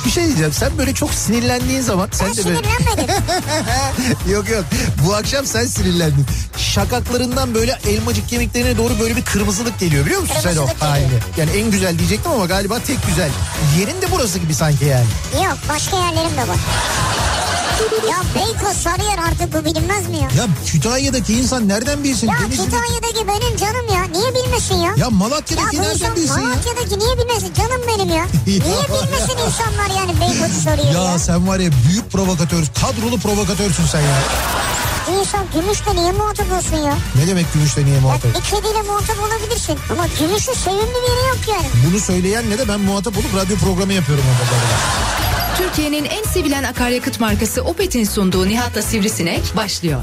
Bir şey diyeceğim, sen böyle çok sinirlendiğin zaman... Ben sinirlenmedim. Yok. Bu akşam sen sinirlendin. Şakaklarından böyle elmacık kemiklerine doğru böyle bir kırmızılık geliyor, biliyor musun sen o halini? Yani en güzel diyecektim ama galiba tek güzel. Yerin de burası gibi sanki yani. Yok, başka yerlerim de var. Ya Beykoz, Sarıyer, artık bu bilinmez mi ya? Ya Kütahya'daki insan nereden bilsin? Ya Kütahya'daki benim canım ya. Niye bilmesin ya? Ya Malatya'daki nereden bilsin ya? Malatya'daki niye bilmesin? Canım benim ya. Niye bilmesin insanlar yani Beykoz'u soruyor ya? Ya sen var ya, büyük provokatör, kadrolu provokatörsün sen ya. İnsan gümüşle niye muhatap olsun ya? Ne demek gümüşle niye muhatap? Ya bir kediyle muhatap olabilirsin. Ama gümüşün sevimli bir yeri yok yani. Bunu söyleyen ne de ben muhatap olup radyo programı yapıyorum orada. Türkiye'nin en sevilen akaryakıt markası Opet'in sunduğu Nihat'la Sivrisinek başlıyor.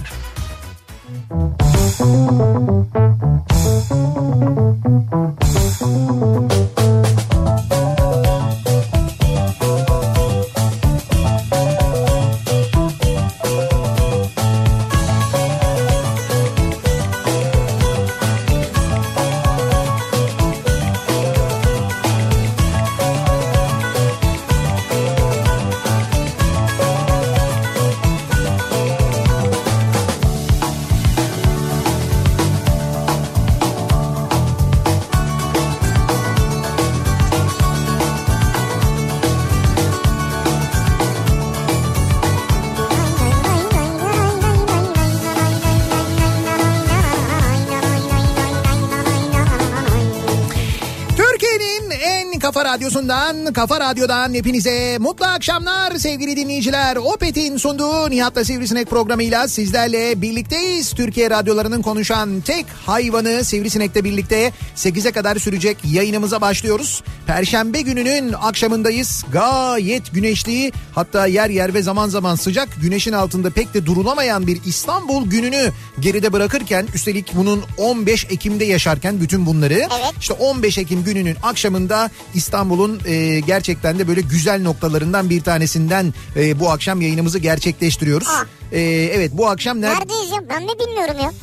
Radyosu'ndan, Kafa Radyo'dan hepinize mutlu akşamlar sevgili dinleyiciler. Opet'in sunduğu Nihat'la Sivrisinek programıyla sizlerle birlikteyiz. Türkiye radyolarının konuşan tek hayvanı Sivrisinek'le birlikte 8'e kadar sürecek yayınımıza başlıyoruz. Perşembe gününün akşamındayız. Gayet güneşli, hatta yer yer ve zaman zaman sıcak, güneşin altında pek de durulamayan bir İstanbul gününü geride bırakırken, üstelik bunun 15 Ekim'de yaşarken bütün bunları, evet. İşte 15 Ekim gününün akşamında İstanbul'un gerçekten de böyle güzel noktalarından bir tanesinden bu akşam yayınımızı gerçekleştiriyoruz. Evet, bu akşam neredeyiz ya? Ben mi bilmiyorum ya.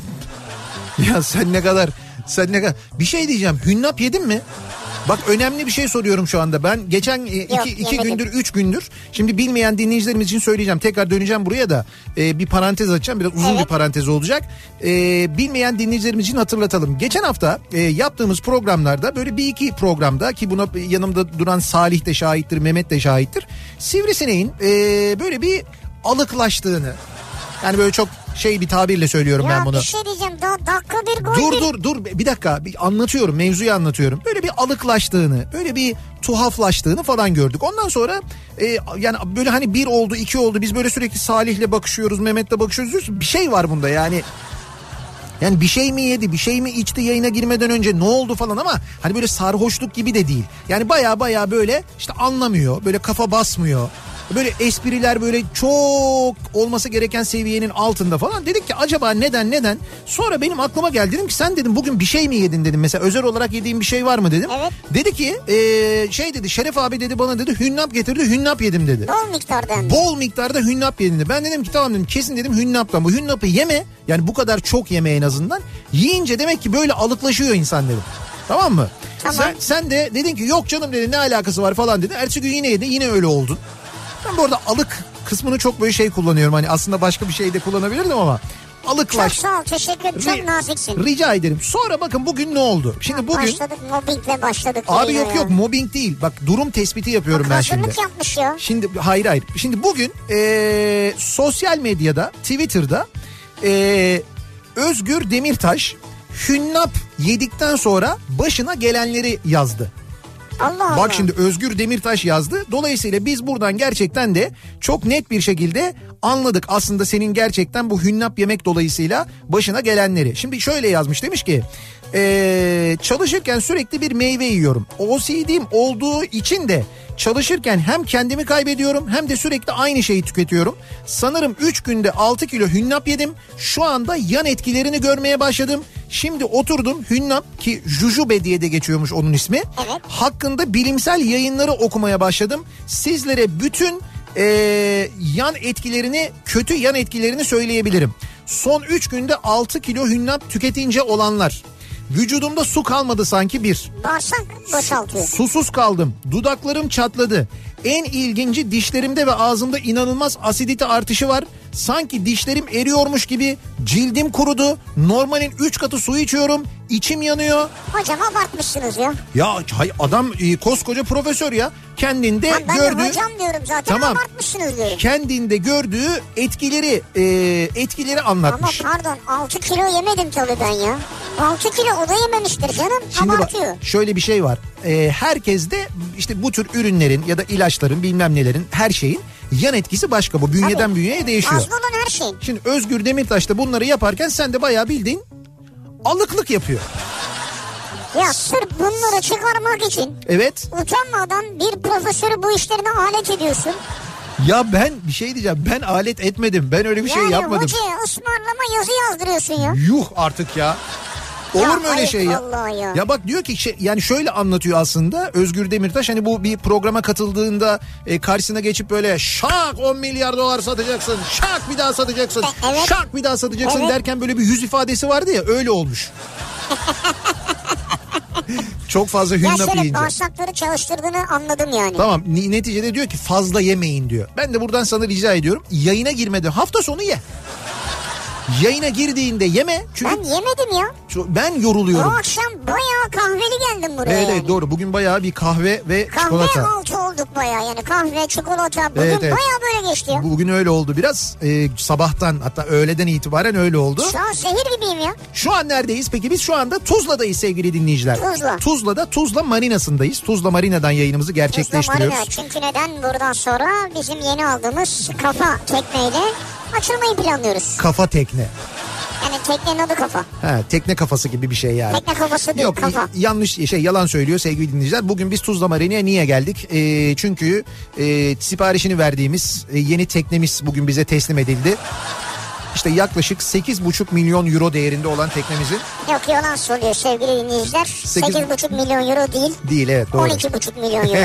Ya sen ne kadar bir şey diyeceğim, hünnap yedin mi? Bak, önemli bir şey soruyorum şu anda. Ben geçen iki gündür, 3 gündür. Şimdi bilmeyen dinleyicilerimiz için söyleyeceğim. Tekrar döneceğim buraya da bir parantez açacağım. Biraz uzun bir parantez olacak. Bilmeyen dinleyicilerimiz için hatırlatalım. Geçen hafta yaptığımız programlarda, böyle bir iki programda, ki buna yanımda duran Salih de şahittir, Mehmet de şahittir. Sivrisinek'in böyle bir alıklaştığını, yani böyle çok bir tabirle söylüyorum ben bunu. Ya bir şey diyeceğim, daha dakika bir gol. Dur bir dakika, anlatıyorum, mevzuyu anlatıyorum. Böyle bir alıklaştığını, böyle bir tuhaflaştığını falan gördük. Ondan sonra yani böyle hani 1 oldu 2 oldu, biz böyle sürekli Salih'le bakışıyoruz, Mehmet'le bakışıyoruz. Bir şey var bunda yani. Yani bir şey mi yedi, bir şey mi içti yayına girmeden önce, ne oldu falan, ama hani böyle sarhoşluk gibi de değil. Yani baya böyle işte anlamıyor, böyle kafa basmıyor. Böyle espriler böyle çok olması gereken seviyenin altında falan. Dedik ki acaba neden? Sonra benim aklıma geldi, dedim ki sen dedim bugün bir şey mi yedin dedim. Mesela özel olarak yediğin bir şey var mı dedim. Evet. Dedi ki dedi, Şeref abi dedi bana dedi hünnap getirdi, hünnap yedim dedi. Bol miktarda hünnap yedim dedi. Ben dedim ki tamam dedim, kesin dedim hünnaptan. Bu hünnapı yeme, yani bu kadar çok yeme en azından. Yiyince demek ki böyle alıklaşıyor insan dedim. Tamam mı? Tamam. Sen de dedin ki yok canım dedi, ne alakası var falan dedi. Ertesi gün yine yedin, yine öyle oldun. Ben bu arada alık kısmını çok böyle kullanıyorum. Hani aslında başka bir şey de kullanabilirdim ama alıklaş. Çok sağ ol, teşekkür ederim. Çok naziksin. Rica ederim. Sonra bakın bugün ne oldu? Şimdi bugün... Başladık, mobbingle başladık. Abi yok mobbing değil. Bak, durum tespiti yapıyorum ben şimdi. Hazırlık yapmış ya. Şimdi hayır. Şimdi bugün sosyal medyada, Twitter'da Özgür Demirtaş hünnap yedikten sonra başına gelenleri yazdı. Allah. Bak şimdi Özgür Demirtaş yazdı. Dolayısıyla biz buradan gerçekten de çok net bir şekilde anladık aslında senin gerçekten bu hünnap yemek dolayısıyla başına gelenleri. Şimdi şöyle yazmış, demiş ki çalışırken sürekli bir meyve yiyorum. OCD'm olduğu için de çalışırken hem kendimi kaybediyorum hem de sürekli aynı şeyi tüketiyorum. Sanırım 3 günde 6 kilo hünnap yedim. Şu anda yan etkilerini görmeye başladım. Şimdi oturdum hünnap, ki jujube diye de geçiyormuş onun ismi. Evet. Hakkında bilimsel yayınları okumaya başladım. Sizlere bütün kötü yan etkilerini söyleyebilirim. Son 3 günde 6 kilo hünnap tüketince olanlar. Vücudumda su kalmadı sanki bir. Bağırsak boşaltıyor. Susuz kaldım. Dudaklarım çatladı. En ilginci dişlerimde ve ağzımda inanılmaz asidite artışı var. Sanki dişlerim eriyormuş gibi cildim kurudu. Normalin 3 katı su içiyorum. İçim yanıyor. Hocam abartmışsınız ya. Ya adam koskoca profesör ya. Kendinde ben gördüğü... de hocam diyorum zaten, tamam, abartmışsınız diyorum. Kendinde gördüğü etkileri anlatmış. Ama pardon 6 kilo yemedim tabii ben ya. 6 kilo o da yememiştir canım. Şimdi abartıyor. Bak, şöyle bir şey var. Herkes de işte bu tür ürünlerin ya da ilaçların bilmem nelerin her şeyin yan etkisi başka. Bu bünyeden tabii, bünyeye değişiyor. Fazla olan her şey. Şimdi Özgür Demirtaş da bunları yaparken sen de bayağı bildiğin alıklık yapıyor. Ya sırf bunları çıkarmak için evet, utanmadan bir profesörü bu işlerine alet ediyorsun. Ya ben bir şey diyeceğim, ben alet etmedim, ben öyle bir şey yapmadım. Yani hocaya ısmarlama yazı yazdırıyorsun ya. Yuh artık ya. Olur mu öyle şey ya? Ya. Ya bak diyor ki yani şöyle anlatıyor aslında Özgür Demirtaş, hani bu bir programa katıldığında karşısına geçip böyle şak 10 milyar dolar satacaksın, şak bir daha satacaksın, evet, şak bir daha satacaksın evet derken böyle bir yüz ifadesi vardı ya, öyle olmuş. Çok fazla hünnap yiyince. Ya şöyle bağırsakları çalıştırdığını anladım yani. Tamam, neticede diyor ki fazla yemeyin diyor. Ben de buradan sana rica ediyorum, yayına girmeden hafta sonu ye. Yayına girdiğinde yeme. Çünkü ben yemedim ya. Ben yoruluyorum. O akşam bayağı kahveli geldim buraya. Evet, yani. evet doğru. Bugün bayağı bir kahve ve çikolata. Kahve altı olduk bayağı yani. Kahve, çikolata. Bugün evet. bayağı böyle geçti ya. Bugün öyle oldu biraz. Sabahtan, hatta öğleden itibaren öyle oldu. Şu an şehir gibiyim ya. Şu an neredeyiz? Peki biz şu anda Tuzla'dayız sevgili dinleyiciler. Tuzla'da Tuzla Marina'sındayız. Tuzla Marina'dan yayınımızı gerçekleştiriyoruz. Tuzla Marina, çünkü neden? Buradan sonra bizim yeni aldığımız kafa tekneyle açılmayı planlıyoruz. Kafa tekne. Yani teknenin adı kafa. Tekne kafası gibi bir şey yani. Tekne kafası değil, kafa. Yanlış yalan söylüyor sevgili dinleyiciler. Bugün biz Tuzla Marina'ya niye geldik? Çünkü siparişini verdiğimiz yeni teknemiz bugün bize teslim edildi. İşte yaklaşık 8,5 milyon euro değerinde olan teknemizin. Yok, yalan söylüyor sevgili dinleyiciler. 8,5 milyon euro değil. Değil, evet doğru. 12,5 milyon euro.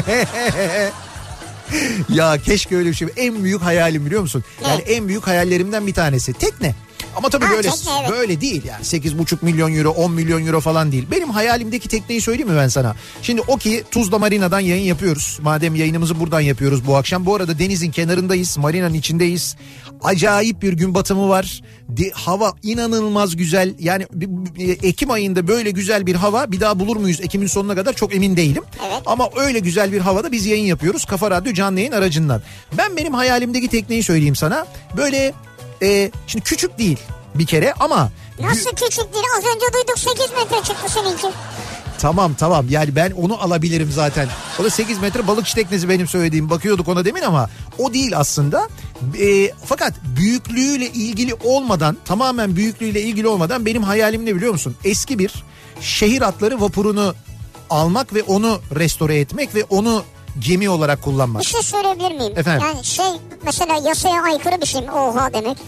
Ya keşke öyle bir şey. En büyük hayalim biliyor musun? Ne? Yani en büyük hayallerimden bir tanesi tekne. Ama tabii böyle tekne, evet, böyle değil yani. 8,5 milyon euro, 10 milyon euro falan değil. Benim hayalimdeki tekneyi söyleyeyim mi ben sana? Şimdi o ki Tuzla Marina'dan yayın yapıyoruz. Madem yayınımızı buradan yapıyoruz bu akşam. Bu arada denizin kenarındayız. Marina'nın içindeyiz. Acayip bir gün batımı var. Hava inanılmaz güzel. Yani Ekim ayında böyle güzel bir hava bir daha bulur muyuz Ekim'in sonuna kadar çok emin değilim. Evet. Ama öyle güzel bir havada biz yayın yapıyoruz. Kafa Radyo canlı yayın aracından. Benim hayalimdeki tekneyi söyleyeyim sana. Böyle şimdi küçük değil bir kere ama... Nasıl küçük değil? Az önce duyduk 8 metre çıktı seninki. Tamam yani ben onu alabilirim zaten. O da 8 metre balıkçı teknesi benim söylediğim. Bakıyorduk ona demin ama o değil aslında. Fakat büyüklüğüyle ilgili olmadan, tamamen büyüklüğüyle ilgili olmadan benim hayalim ne biliyor musun? Eski bir şehir atları vapurunu almak ve onu restore etmek ve onu gemi olarak kullanmak. Bir şey söyleyebilir miyim? Efendim? Yani mesela yasaya aykırı bir şey mi? Oha demek.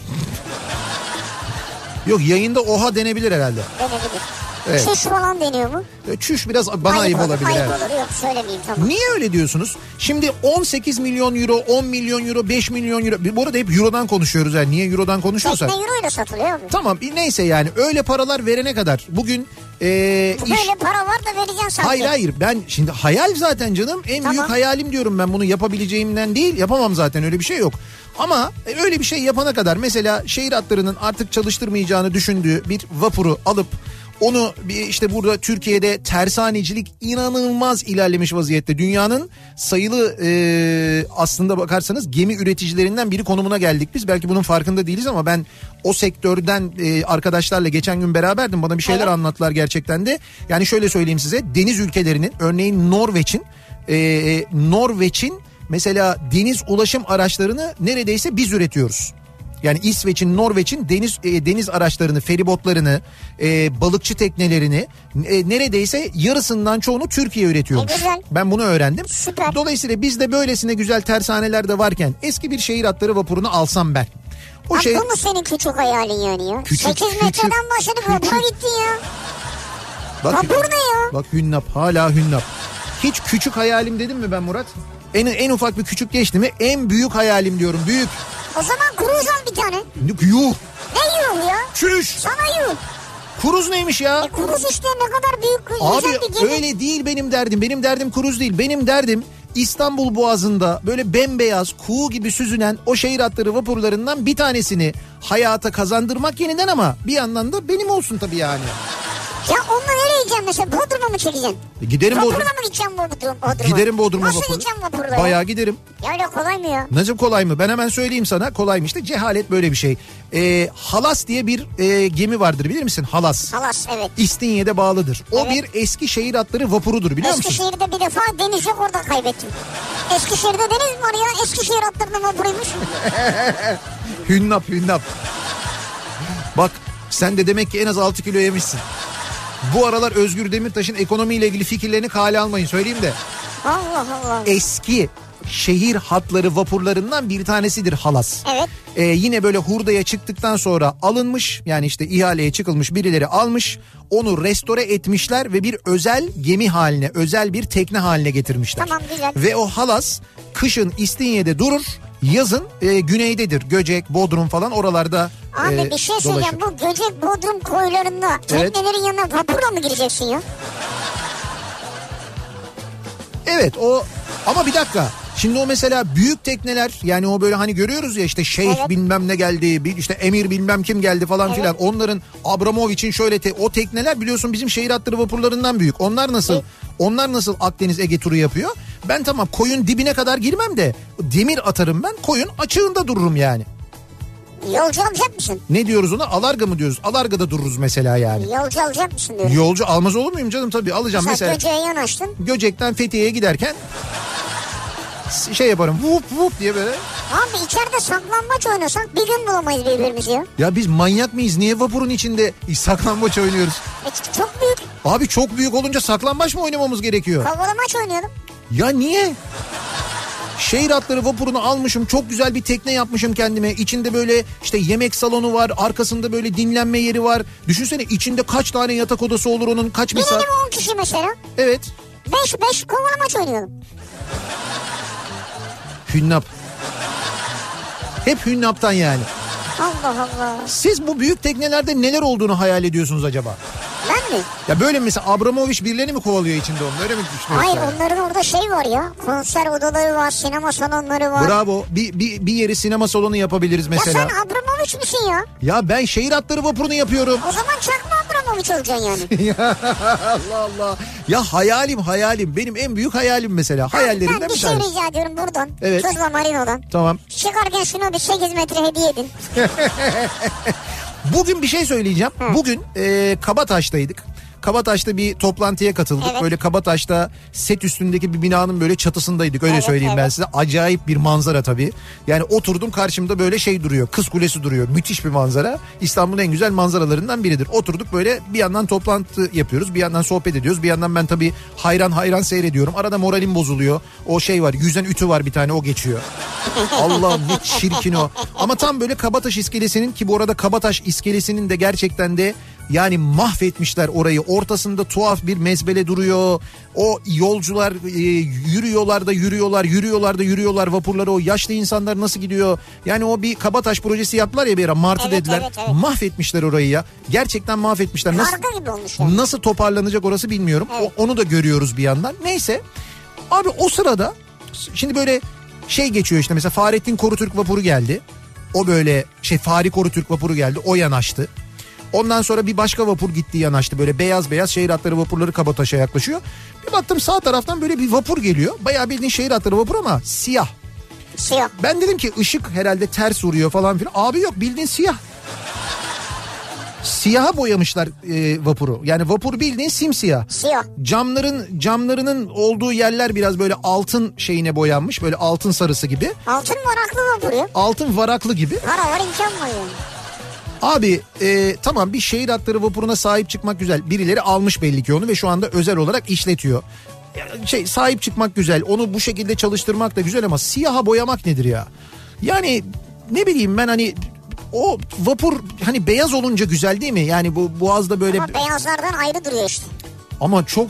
Yok, yayında oha denebilir herhalde. Denebilir. Evet. Çüş falan deniyor mu? Çüş biraz bana ayıp olabilir. Ayıp olur, yok söylemeyeyim, tamam. Niye öyle diyorsunuz? Şimdi 18 milyon euro, 10 milyon euro, 5 milyon euro. Bu arada hep eurodan konuşuyoruz yani. Niye eurodan konuşuyorsak? Tekne euro ile satılıyor mu? Tamam neyse yani öyle paralar verene kadar. Bugün böyle para var da vereceksin sanki. Hayır ben şimdi hayal zaten canım. En büyük hayalim diyorum ben, bunu yapabileceğimden değil. Yapamam zaten, öyle bir şey yok. Ama öyle bir şey yapana kadar mesela şehir hatlarının artık çalıştırmayacağını düşündüğü bir vapuru alıp onu işte burada Türkiye'de tersanecilik inanılmaz ilerlemiş vaziyette. Dünyanın sayılı aslında bakarsanız gemi üreticilerinden biri konumuna geldik biz. Belki bunun farkında değiliz ama ben o sektörden arkadaşlarla geçen gün beraberdim. Bana bir şeyler anlattılar gerçekten de. Yani şöyle söyleyeyim size, deniz ülkelerinin, örneğin Norveç'in mesela deniz ulaşım araçlarını neredeyse biz üretiyoruz. Yani İsveç'in, Norveç'in deniz araçlarını, feribotlarını, balıkçı teknelerini neredeyse yarısından çoğunu Türkiye üretiyormuş. Ben bunu öğrendim. Süper. Dolayısıyla bizde böylesine güzel tersaneler de varken eski bir şehir hatları vapurunu alsam ben. Bu mu senin küçük hayalin yani ya? 8 metreden başladık, vapura gittin ya. Vapur ne ya? Bak hünnap, hala hünnap. Hiç küçük hayalim dedim mi ben Murat? En ufak bir küçük geçti mi? En büyük hayalim diyorum, büyük. O zaman kruz al bir tane. Yuh. Ne yuh ya? Çüş. Sana yuh. Kruz neymiş ya? Kruz işte ne kadar büyük. Abi öyle değil benim derdim. Benim derdim kruz değil. Benim derdim İstanbul Boğazı'nda böyle bembeyaz kuğu gibi süzülen o şehir hatları vapurlarından bir tanesini hayata kazandırmak yeniden, ama bir yandan da benim olsun tabii yani. Ya onunla nereye gideceksin mesela? Bodrum'a mı çekeceksin? Giderim Bodrum'a Bodrum. mı gideceğim Bodrum'a? Giderim Bodrum'a Nasıl vapurla. gideceğim vapurla? Bayağı giderim. Ya öyle kolay mı ya? Nasıl kolay mı? Ben hemen söyleyeyim sana. Kolaymış da cehalet böyle bir şey. Halas diye bir gemi vardır, bilir misin? Halas. Halas, evet. İstinye'de bağlıdır. O Evet. bir eski şehir hatları vapurudur, biliyor musun? Eskişehir'de bir defa deniz yok, orada kaybettim. Eskişehir'de deniz var ya. Eskişehir hatlarının vapuruymuş. Hünnap. Bak sen de demek ki en az 6 kilo yemişsin. Bu aralar Özgür Demirtaş'ın ekonomiyle ilgili fikirlerini kale almayın, söyleyeyim de. Allah Allah. Eski şehir hatları vapurlarından bir tanesidir Halas. Evet. Yine böyle hurdaya çıktıktan sonra alınmış, yani işte ihaleye çıkılmış, birileri almış, onu restore etmişler ve bir özel gemi haline, özel bir tekne haline getirmişler. Tamam, güzel. Ve o Halas kışın İstinye'de durur, yazın güneydedir. Göcek, Bodrum falan oralarda Abi bir şey söyleyeceğim, bu Göcek, Bodrum koylarında teknelerin yanına vapurla mı gireceksin ya? Evet o, ama bir dakika. Şimdi o mesela büyük tekneler, yani o böyle hani görüyoruz ya işte şeyh bilmem ne geldi, işte emir bilmem kim geldi falan filan. Onların Abramovich'in şöyle o tekneler biliyorsun bizim şehir hatları vapurlarından büyük. Onlar nasıl? Onlar nasıl Akdeniz Ege turu yapıyor? Ben tamam koyun dibine kadar girmem de demir atarım ben, koyun açığında dururum yani. Yolcu alacak mısın? Ne diyoruz ona? Alarga mı diyoruz? Alarga'da dururuz mesela yani. Yolcu alacak mısın diyorum. Yolcu almaz olur muyum canım, tabii alacağım mesela. Göcek'e yanaştın. Göcek'ten Fethiye'ye giderken şey yaparım, vup vup diye böyle. Abi içeride saklambaç oynasak bir gün bulamayız birbirimizi ya. Ya biz manyak mıyız? Niye vapurun içinde saklambaç oynuyoruz? Çok büyük. Abi çok büyük olunca saklambaç mı oynamamız gerekiyor? Kovalamaç oynayalım. Ya niye? Şehir hatları vapurunu almışım, çok güzel bir tekne yapmışım kendime. İçinde böyle işte yemek salonu var, arkasında böyle dinlenme yeri var. Düşünsene içinde kaç tane yatak odası olur onun, kaç misal. Binelim 10 kişi mesela. Evet. 5 kovalamaç oynayalım. Hünnap. Hep hünnaptan yani. Allah Allah. Siz bu büyük teknelerde neler olduğunu hayal ediyorsunuz acaba? Ben mi? Ya böyle mesela Abramovich birilerini mi kovalıyor içinde onun, öyle mi düşünüyorsun? Hayır yani? Onların orada şey var ya, konser odaları var, sinema salonları var. Bravo, bir yeri sinema salonu yapabiliriz mesela. Ya sen Abramovich misin ya? Ya ben şehir hatları vapurunu yapıyorum. O zaman çakma Abramovich olacaksın yani. Allah Allah. Ya hayalim benim en büyük hayalim mesela. Hayallerimden ben bir bir şey tanesi. rica ediyorum buradan. Evet. Tuzla Marino'dan. Tamam. Çıkarken şuna bir 8 metre hediye edin. Bugün bir şey söyleyeceğim. Bugün Kabataş'taydık. Kabataş'ta bir toplantıya katıldık. Evet. Böyle Kabataş'ta set üstündeki bir binanın böyle çatısındaydık. Öyle söyleyeyim ben size. Acayip bir manzara tabii. Yani oturdum, karşımda böyle şey duruyor. Kız Kulesi duruyor. Müthiş bir manzara. İstanbul'un en güzel manzaralarından biridir. Oturduk böyle, bir yandan toplantı yapıyoruz. Bir yandan sohbet ediyoruz. Bir yandan ben tabii hayran seyrediyorum. Arada moralim bozuluyor. O şey var, yüzen ütü var bir tane, o geçiyor. Allah'ım ne çirkin o. Ama tam böyle Kabataş iskelesinin, ki bu arada Kabataş iskelesinin de gerçekten de yani mahvetmişler orayı. Ortasında tuhaf bir mezbele duruyor. O yolcular yürüyorlar vapurları. O yaşlı insanlar nasıl gidiyor? Yani o bir Kabataş projesi yaptılar ya bir ara. Martı dediler. Evet. Mahvetmişler orayı ya. Gerçekten mahvetmişler. Karga gibi olmuş yani. Nasıl toparlanacak orası bilmiyorum. Evet. Onu da görüyoruz bir yandan. Neyse. Abi o sırada şimdi böyle şey geçiyor işte, mesela Fahrettin Korutürk vapuru geldi. O böyle Fahri Korutürk vapuru geldi. O yanaştı. Ondan sonra bir başka vapur gitti, yanaştı. Böyle beyaz şehir hatları vapurları Kabataş'a yaklaşıyor. Bir baktım sağ taraftan böyle bir vapur geliyor. Bayağı bildiğin şehir hatları vapur ama siyah. Siyah. Ben dedim ki ışık herhalde ters vuruyor falan filan. Abi yok, bildiğin siyah. Siyaha boyamışlar vapuru. Yani vapur bildiğin simsiyah. Siyah. Camlarının olduğu yerler biraz böyle altın şeyine boyanmış. Böyle altın sarısı gibi. Altın varaklı vapur ya. Altın varaklı gibi. Para var, imkan var yani. Abi tamam, bir şehir hatları vapuruna sahip çıkmak güzel. Birileri almış belli ki onu ve şu anda özel olarak işletiyor. Sahip çıkmak güzel. Onu bu şekilde çalıştırmak da güzel ama siyaha boyamak nedir ya? Yani ne bileyim ben, hani o vapur hani beyaz olunca güzel değil mi? Yani bu Boğaz'da böyle... Ama beyazlardan ayrı duruyor işte. Ama çok...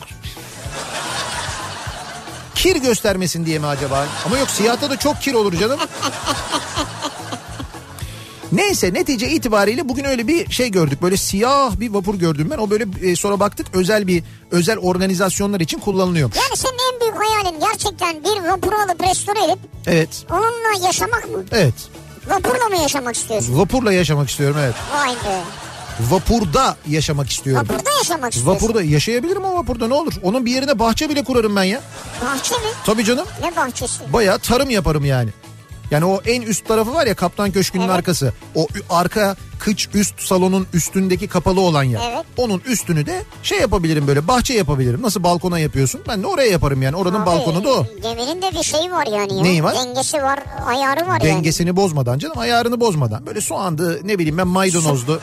Kir göstermesin diye mi acaba? Ama yok, siyahta da çok kir olur canım. Neyse netice itibariyle bugün öyle bir şey gördük. Böyle siyah bir vapur gördüm ben. O böyle sonra baktık özel organizasyonlar için kullanılıyormuş. Yani senin en büyük hayalin gerçekten bir vapuru alıp restore edip evet. onunla yaşamak mı? Evet. Vapurla mı yaşamak istiyorsun? Vapurla yaşamak istiyorum evet. Vay be. Vapurda yaşamak istiyorum. Vapurda yaşamak istiyorsun. Vapurda yaşayabilirim o vapurda ne olur. Onun bir yerine bahçe bile kurarım ben ya. Bahçe mi? Tabii canım. Ne bahçesi? Bayağı tarım yaparım yani. Yani o en üst tarafı var ya Kaptan Köşkü'nün evet. arkası. O arka kıç üst salonun üstündeki kapalı olan yer. Evet. Onun üstünü de şey yapabilirim böyle bahçe yapabilirim. Nasıl balkona yapıyorsun? Ben de oraya yaparım yani. Oranın balkonu da o. Geminin de bir şeyi var yani. Ya. Neyi var? Dengesi var, ayarı var yani. Dengesini bozmadan canım, ayarını bozmadan. Böyle soğandı, ne bileyim ben maydanozdu.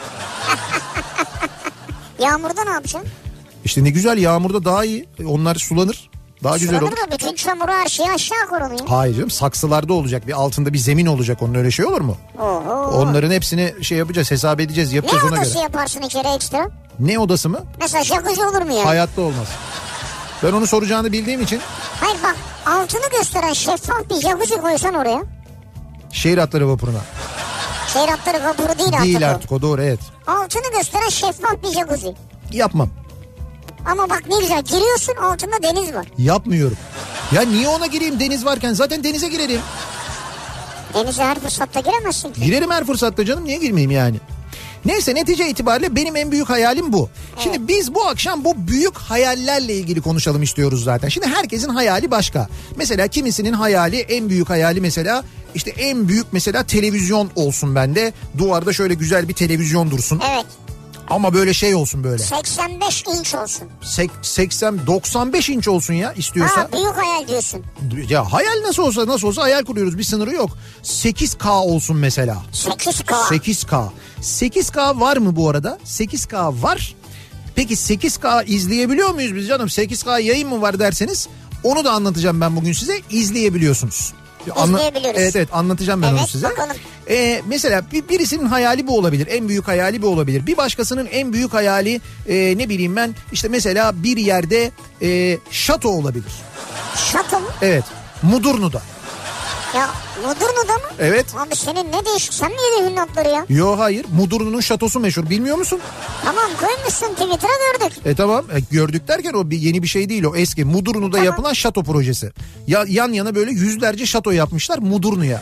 Yağmurda ne yapacaksın? İşte ne güzel, yağmurda daha iyi. Onlar sulanır. Daha güzel olur. Sulanır da bütün çamuru her şeyi aşağı korunuyor. Hayır canım, saksılarda olacak. Bir altında bir zemin olacak, onun öyle şey olur mu? Oho. Onların hepsini şey yapacağız, hesap edeceğiz, yapacağız ona göre. Ne odası yaparsın içeri ekstra? Ne odası mı? Mesela jacuzzi olur mu yani? Hayatta olmaz. Ben onu soracağını bildiğim için. Hayır bak, altını gösteren şeffaf bir jacuzzi koysan oraya. Şehir hatları vapuruna. Şehir hatları vapuru değil artık. Değil artık o, doğru, evet. Altını gösteren şeffaf bir jacuzzi. Yapmam. Ama bak ne güzel, giriyorsun, altında deniz var. Yapmıyorum. Ya niye ona gireyim, deniz varken? Zaten denize girerim. Denize her fırsatta giremezsin ki. Girerim her fırsatta canım, niye girmeyeyim yani? Neyse netice itibariyle benim en büyük hayalim bu. Evet. Şimdi biz bu akşam bu büyük hayallerle ilgili konuşalım istiyoruz zaten. Şimdi herkesin hayali başka. Mesela kimisinin hayali, en büyük hayali mesela işte en büyük mesela televizyon olsun bende. Duvarda şöyle güzel bir televizyon dursun. Evet. Ama böyle şey olsun böyle. 85 inç olsun. 95 inç olsun ya istiyorsa. Ha, büyük hayal diyorsun. Ya hayal nasıl olsa hayal kuruyoruz, bir sınırı yok. 8K olsun mesela. 8K. 8K var mı bu arada? 8K var. Peki 8K izleyebiliyor muyuz biz canım? 8K yayın mı var derseniz onu da anlatacağım ben bugün size. İzleyebiliyorsunuz. İzleyebiliyoruz. Evet anlatacağım ben onu size. Bakalım. Mesela birisinin hayali bu olabilir. En büyük hayali bu olabilir. Bir başkasının en büyük hayali ne bileyim ben işte mesela bir yerde şato olabilir. Şato mu? Evet. Mudurnu'da. Ya Mudurnu'da mı? Evet. Abi senin ne değişik, sen mi yedin ünlü atları ya? Yo hayır, Mudurnu'nun şatosu meşhur, bilmiyor musun? Tamam, koymuşsun Twitter'a, gördük. Tamam gördük derken o yeni bir şey değil, o eski Mudurnu'da yapılan şato projesi. Yan yana böyle yüzlerce şato yapmışlar Mudurnu'ya.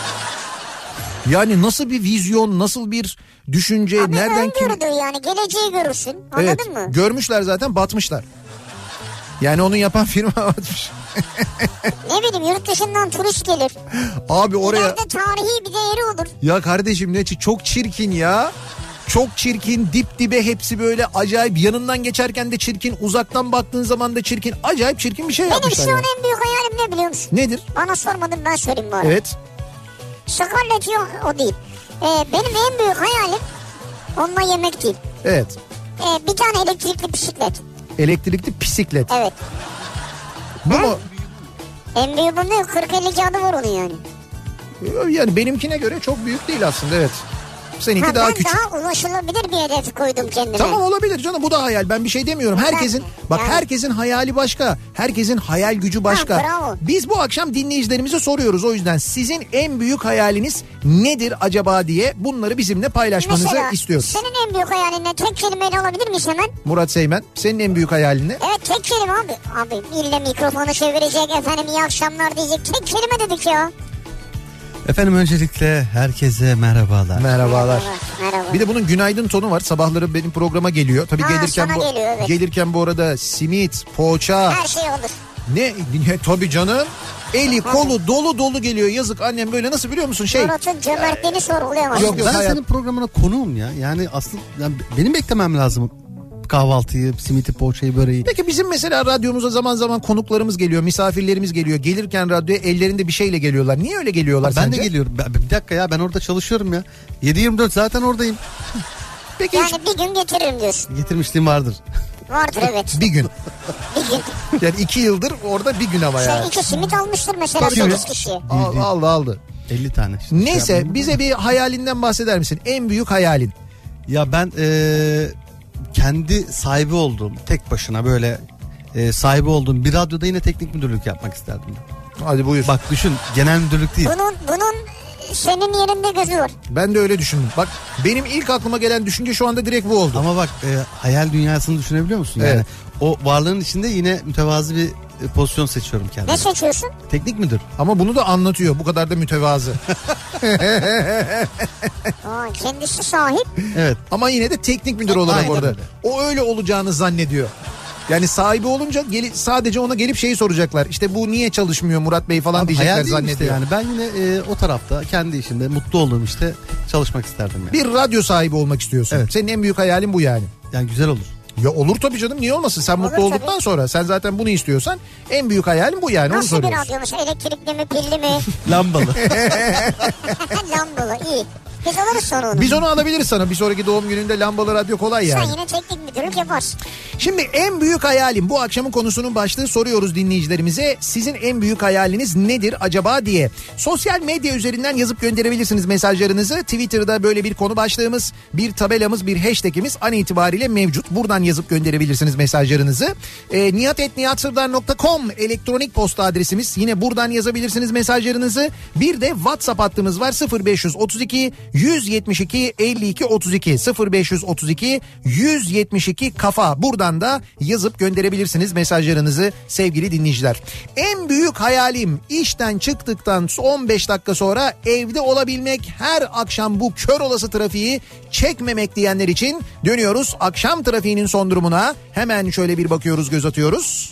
Yani nasıl bir vizyon, nasıl bir düşünce, abi nereden kim... yani geleceği görürsün, anladın mı? Görmüşler zaten, batmışlar. Yani onu yapan firma batmış. Ne bileyim, yurt dışından turist gelir. Abi oraya... İleride tarihi bir değeri olur. Ya kardeşim ne çok çirkin ya. Çok çirkin, dip dibe hepsi böyle acayip. Yanından geçerken de çirkin, uzaktan baktığın zaman da çirkin. Acayip çirkin bir şey yapmışlar. Benim şu an en büyük hayalim ne biliyor musun? Nedir? Bana sormadın, ben söyleyeyim bu arada. Evet. Scarlett yok, o değil. Benim en büyük hayalim onunla yemek değil. Evet. Bir tane elektrikli bisiklet. Elektrikli bisiklet. Evet. Bu mu? En büyüğü bu ne? 40-50 kağıdı var onun yani. Yani benimkine göre çok büyük değil aslında, evet. Seninki daha küçük. Ben daha ulaşılabilir bir hedef koydum kendime. Tamam, olabilir canım, bu da hayal, ben bir şey demiyorum. Herkesin hayali başka. Herkesin hayal gücü başka. Bravo. Biz bu akşam dinleyicilerimize soruyoruz, o yüzden sizin en büyük hayaliniz nedir acaba diye bunları bizimle paylaşmanızı istiyoruz. Senin en büyük hayalin ne? Tek kelimeyle alabilir miyiz hemen? Murat Seymen, senin en büyük hayalin ne? Evet, tek kelime abi. Abi ille mikrofonu çevirecek, efendim iyi akşamlar diyecek. Tek kelime dedik ya. Efendim öncelikle herkese merhabalar. Merhabalar. Merhaba. Bir de bunun günaydın tonu var. Sabahları benim programa geliyor. Tabii gelirken bu arada simit, poğaça. Her şey olur. Ne tabii canım. Eli kolu dolu geliyor, yazık annem böyle, nasıl biliyor musun Murat'ın cömertliğini sorgulayamaz. Yok, ben senin programına konuğum ya. Yani aslında benim beklemem lazım. Kahvaltıyı, simiti, poğaçayı, böreği. Peki bizim mesela radyomuza zaman zaman konuklarımız geliyor, misafirlerimiz geliyor. Gelirken radyoya ellerinde bir şeyle geliyorlar. Niye öyle geliyorlar sence? Ben de geliyorum. Bir dakika ya, ben orada çalışıyorum ya. 7-24 zaten oradayım. Peki yani bir gün getiririm diyorsun. Getirmişliğim vardır. Vardır evet. Bir gün. Bir gün. Yani 2 yıldır orada bir gün ama ya. 2 simit almıştır mesela 8 kişiye. Aldı. 50 tane. Neyse bize bir hayalinden bahseder misin? En büyük hayalin. Ya ben kendi sahibi olduğum, tek başına böyle sahibi olduğum bir radyoda yine teknik müdürlük yapmak isterdim. Hadi buyur. Bak düşün, genel müdürlük değil. Bunun senin yerinde gözü var. Ben de öyle düşündüm. Bak benim ilk aklıma gelen düşünce şu anda direkt bu oldu. Ama bak hayal dünyasını düşünebiliyor musun? Evet. Yani o varlığın içinde yine mütevazı bir pozisyon seçiyorum kendime. Ne seçiyorsun? Teknik müdür. Ama bunu da anlatıyor. Bu kadar da mütevazı. Kendisi sahip. Evet. Ama yine de teknik müdür olarak Aynen orada. öyle. O öyle olacağını zannediyor. Yani sahibi olunca sadece ona gelip şeyi soracaklar. İşte bu niye çalışmıyor Murat Bey falan Abi diyecekler hayal değil zannediyor. işte yani. Ben yine o tarafta kendi işimde mutlu olduğum işte çalışmak isterdim yani. Bir radyo sahibi olmak istiyorsun. Evet. Senin en büyük hayalin bu yani. Yani güzel olur. Ya olur tabii canım, niye olmasın? Sen Olur mutlu tabii. olduktan sonra sen zaten bunu istiyorsan en büyük hayalin bu yani. Nasıl onu bir soruyorsun. radyomuz? Elektrikli mi, pilli mi? Lambalı. Lambalı, iyi. Biz alırız sonra onu. Biz onu alabiliriz sana. Bir sonraki doğum gününde lambalı radyo kolay yani. Sen yine teknik müdürlük yaparsın. Şimdi en büyük hayalim, bu akşamın konusunun başlığı, soruyoruz dinleyicilerimize. Sizin en büyük hayaliniz nedir acaba diye. Sosyal medya üzerinden yazıp gönderebilirsiniz mesajlarınızı. Twitter'da böyle bir konu başlığımız, bir tabelamız, bir hashtagimiz an itibariyle mevcut. Buradan yazıp gönderebilirsiniz mesajlarınızı. nihat@nihatsırdar.com elektronik posta adresimiz. Yine buradan yazabilirsiniz mesajlarınızı. Bir de WhatsApp hattımız var, 0532 172 52 32 0532 172 kafa. Buradan da yazıp gönderebilirsiniz mesajlarınızı sevgili dinleyiciler. En büyük hayalim işten çıktıktan 15 dakika sonra evde olabilmek, her akşam bu kör olası trafiği çekmemek diyenler için dönüyoruz akşam trafiğinin son durumuna. Hemen şöyle bir bakıyoruz, göz atıyoruz.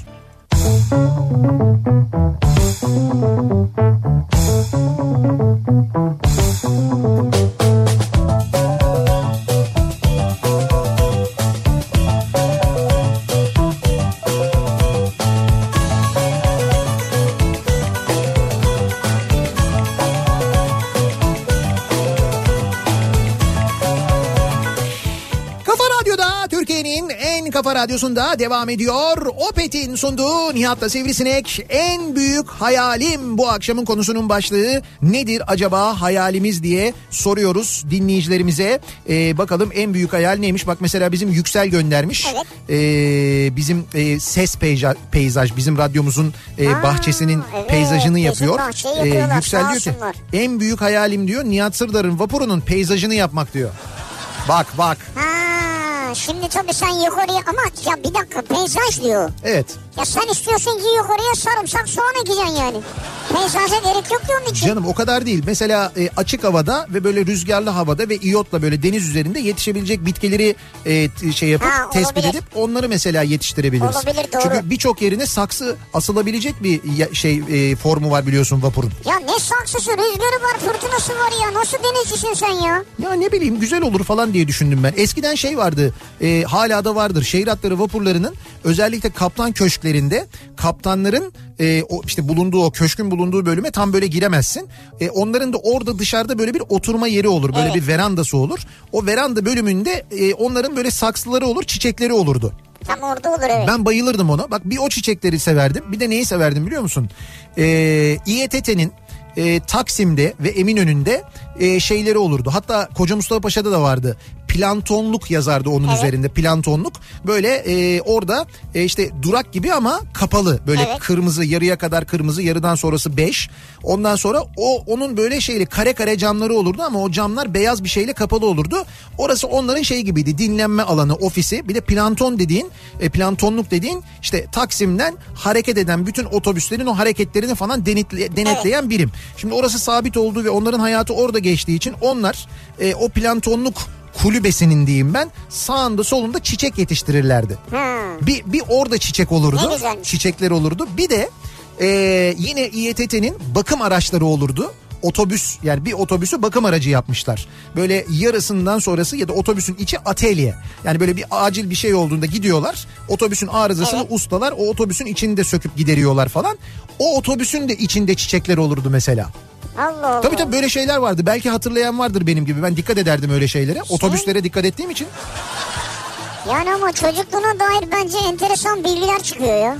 Kafa Radyosu'nda devam ediyor. Opet'in sunduğu Nihat'la Sivrisinek. En büyük hayalim, bu akşamın konusunun başlığı. Nedir acaba hayalimiz diye soruyoruz dinleyicilerimize. Bakalım en büyük hayal neymiş? Bak mesela bizim Yüksel göndermiş. Evet. Bizim ses peyzaj, bizim radyomuzun bahçesinin peyzajını yapıyor. Yüksel diyor ki en büyük hayalim diyor Nihat Sırdar'ın vapurunun peyzajını yapmak diyor. Bak. Şimdi tabii sen yukarıya ama ya bir dakika, peyzaj diyor. Evet. Ya sen istiyorsun ki yukarıya sarımsak soğan ekeceksin yani. Peyzaja gerek yok ki onun için. Canım o kadar değil. Mesela açık havada ve böyle rüzgarlı havada ve iyotla böyle deniz üzerinde yetişebilecek bitkileri tespit edip onları mesela yetiştirebiliriz. Olabilir, doğru. Çünkü birçok yerine saksı asılabilecek bir formu var biliyorsun vapurun. Ya ne saksısı, rüzgarı var, fırtınası var ya. Nasıl denizcisin sen ya? Ya ne bileyim, güzel olur falan diye düşündüm ben. Eskiden vardı, hala da vardır. Şehir hatları vapurlarının özellikle kaptan köşklerinde kaptanların bulunduğu, o köşkün bulunduğu bölüme tam böyle giremezsin. Onların da orada dışarıda böyle bir oturma yeri olur. Böyle bir verandası olur. O veranda bölümünde onların böyle saksıları olur, çiçekleri olurdu. Tam orada olur, evet. Ben bayılırdım ona. Bak bir o çiçekleri severdim. Bir de neyi severdim biliyor musun? İETT'nin Taksim'de ve Eminönü'nde şeyleri olurdu. Hatta Koca Mustafa Paşa'da da vardı. Plantonluk yazardı onun üzerinde. Plantonluk. Böyle orada durak gibi ama kapalı. Böyle kırmızı, yarıya kadar kırmızı, yarıdan sonrası beş. Ondan sonra onun böyle kare kare camları olurdu ama o camlar beyaz bir şeyle kapalı olurdu. Orası onların gibiydi. Dinlenme alanı, ofisi. Bir de plantonluk dediğin Taksim'den hareket eden bütün otobüslerin o hareketlerini falan denetleyen birim. Şimdi orası sabit olduğu ve onların hayatı orada geçtiği için onlar o plantonluk kulübesinin diyeyim ben sağında solunda çiçek yetiştirirlerdi. Bir orada çiçek olurdu. Çiçekler olurdu. Bir de yine İETT'nin bakım araçları olurdu. Otobüs, yani bir otobüsü bakım aracı yapmışlar. Böyle yarısından sonrası ya da otobüsün içi atölye. Yani böyle bir acil bir şey olduğunda gidiyorlar. Otobüsün arızasını ustalar o otobüsün içinde söküp gideriyorlar falan. O otobüsün de içinde çiçekler olurdu mesela. Allah Allah. Tabii böyle şeyler vardı. Belki hatırlayan vardır benim gibi. Ben dikkat ederdim öyle şeylere. Otobüslere dikkat ettiğim için. Yani ama çocukluğuna dair bence enteresan bilgiler çıkıyor ya.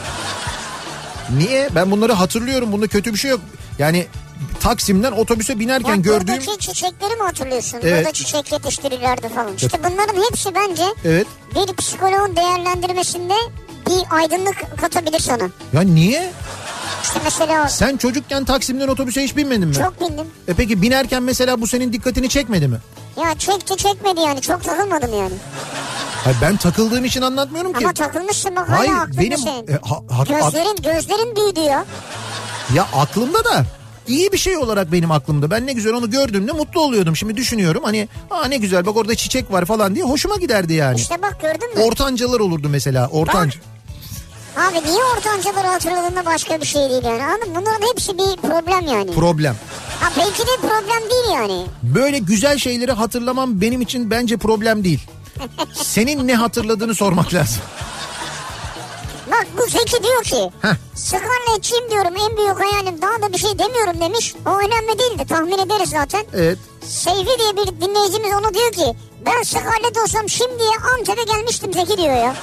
Niye? Ben bunları hatırlıyorum. Bunda kötü bir şey yok. Yani Taksim'den otobüse binerken gördüğüm... Buradaki çiçekleri mi hatırlıyorsun? Evet. Burada çiçek yetiştirirlerdi falan. İşte bunların hepsi bence bir psikoloğun değerlendirmesinde bir aydınlık katabilir sana. Ya niye? İşte mesela. Sen çocukken Taksim'den otobüse hiç binmedin mi? Çok bindim. Peki binerken mesela bu senin dikkatini çekmedi mi? Ya çekmedi yani, çok takılmadım yani. Hayır, ben takıldığım için anlatmıyorum ki. Ama takılmışsın bak, hayır, hala aklında benim senin. Gözlerin büyüdü ya. Ya aklımda da iyi bir şey olarak benim aklımda. Ben ne güzel onu gördüğümde mutlu oluyordum. Şimdi düşünüyorum hani ne güzel bak orada çiçek var falan diye hoşuma giderdi yani. İşte bak, gördün mü? Ortancalar olurdu mesela, ortanca. Abi niye ortancaları hatırladığında başka bir şey değil yani, anladın mı? Bunların hepsi bir problem yani. Problem. Ha belki de problem değil yani. Böyle güzel şeyleri hatırlamam benim için bence problem değil. Senin ne hatırladığını sormak lazım. Bak bu Zeki diyor ki Scarlett'çiyim diyorum, en büyük hayalim, daha da bir şey demiyorum demiş. O önemli değildi, tahmin ederiz zaten. Evet. Seyfi diye bir dinleyicimiz ona diyor ki ben Scarlett olsam şimdiye Antep'e gelmiştim Zeki diyor ya.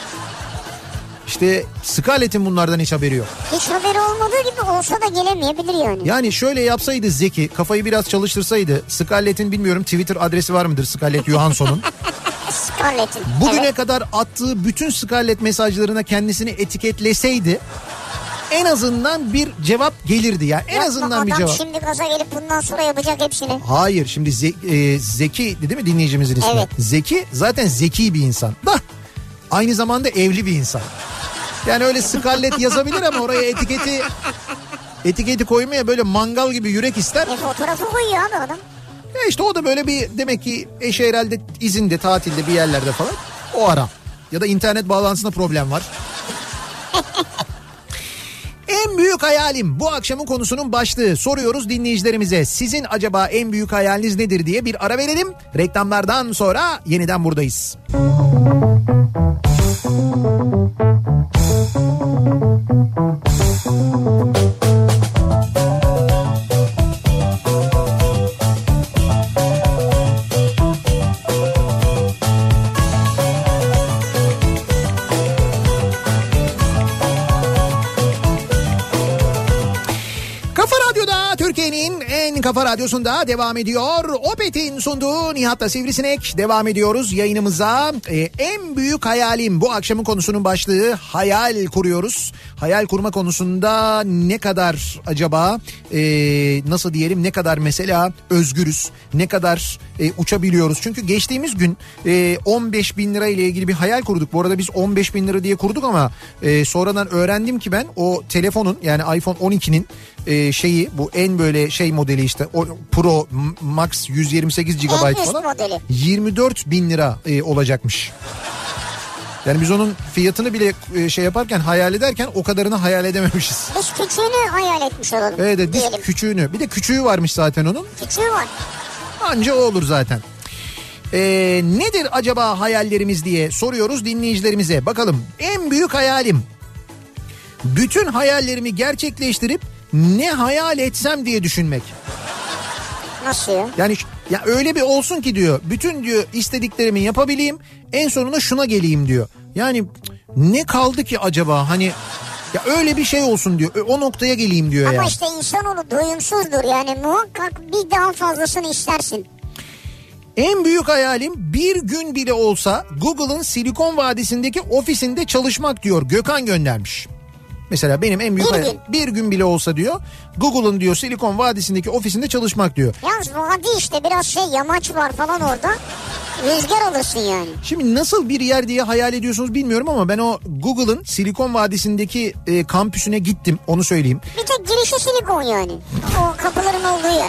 İşte Scarlett'in bunlardan hiç haberi yok. Hiç haberi olmadığı gibi olsa da gelemeyebilir yani. Yani şöyle yapsaydı Zeki, kafayı biraz çalıştırsaydı, Scarlett'in bilmiyorum Twitter adresi var mıdır Scarlett Johansson'un? Scarlett'in. Bugüne kadar attığı bütün Scarlett mesajlarına kendisini etiketleseydi en azından bir cevap gelirdi ya. En azından bir cevap. Şimdi gaza gelip bundan sonra yapacak hepsini. Hayır, şimdi Zeki değil mi dinleyicimizin ismi? Evet. Zeki zaten zeki bir insan da aynı zamanda evli bir insan. Yani öyle Scarlett yazabilir ama oraya etiketi koymaya böyle mangal gibi yürek ister. Fotoğrafı koyuyor abi adam. İşte o da böyle bir, demek ki eşi herhalde izinde, tatilde bir yerlerde falan. O ara. Ya da internet bağlantısında problem var. En büyük hayalim, bu akşamın konusunun başlığı. Soruyoruz dinleyicilerimize. Sizin acaba en büyük hayaliniz nedir diye bir ara verelim. Reklamlardan sonra yeniden buradayız. Kafa Radyosu'nda devam ediyor. Opet'in sunduğu Nihat'la Sivrisinek devam ediyoruz yayınımıza. En büyük hayalim, bu akşamın konusunun başlığı, hayal kuruyoruz. Hayal kurma konusunda ne kadar acaba nasıl diyelim, ne kadar mesela özgürüz, ne kadar uçabiliyoruz. Çünkü geçtiğimiz gün 15 bin lira ile ilgili bir hayal kurduk. Bu arada biz 15 bin lira diye kurduk ama sonradan öğrendim ki ben o telefonun, yani iPhone 12'nin şeyi, bu en böyle şey modeli işte o Pro Max 128 GB falan modeli. 24 bin lira olacakmış. Yani biz onun fiyatını bile şey yaparken, hayal ederken o kadarını hayal edememişiz. Biz küçüğünü hayal etmiş olalım. Evet, biz küçüğünü. Bir de küçüğü varmış zaten onun. Küçüğü var. Anca o olur zaten. Nedir acaba hayallerimiz diye soruyoruz dinleyicilerimize. Bakalım, en büyük hayalim, bütün hayallerimi gerçekleştirip ne hayal etsem diye düşünmek. Nasıl ya? Yani ya öyle bir olsun ki diyor, bütün diyor istediklerimi yapabileyim, en sonunda şuna geleyim diyor. Yani ne kaldı ki acaba, hani ya öyle bir şey olsun diyor, o noktaya geleyim diyor. Ama yani. işte insanoğlu doyumsuzdur yani, muhakkak bir daha fazlasını istersin. En büyük hayalim, bir gün bile olsa Google'ın Silikon Vadisi'ndeki ofisinde çalışmak diyor. Gökhan göndermiş. Mesela benim en büyük hayalim, bir gün bile olsa diyor Google'ın diyor Silikon Vadisi'ndeki ofisinde çalışmak diyor. Yalnız vadi işte biraz yamaç var falan orada. Rüzgar alırsın yani. Şimdi nasıl bir yer diye hayal ediyorsunuz bilmiyorum ama ben o Google'ın Silikon Vadisi'ndeki kampüsüne gittim, onu söyleyeyim. Bir tek girişi silikon yani. O kapıların olduğu yer.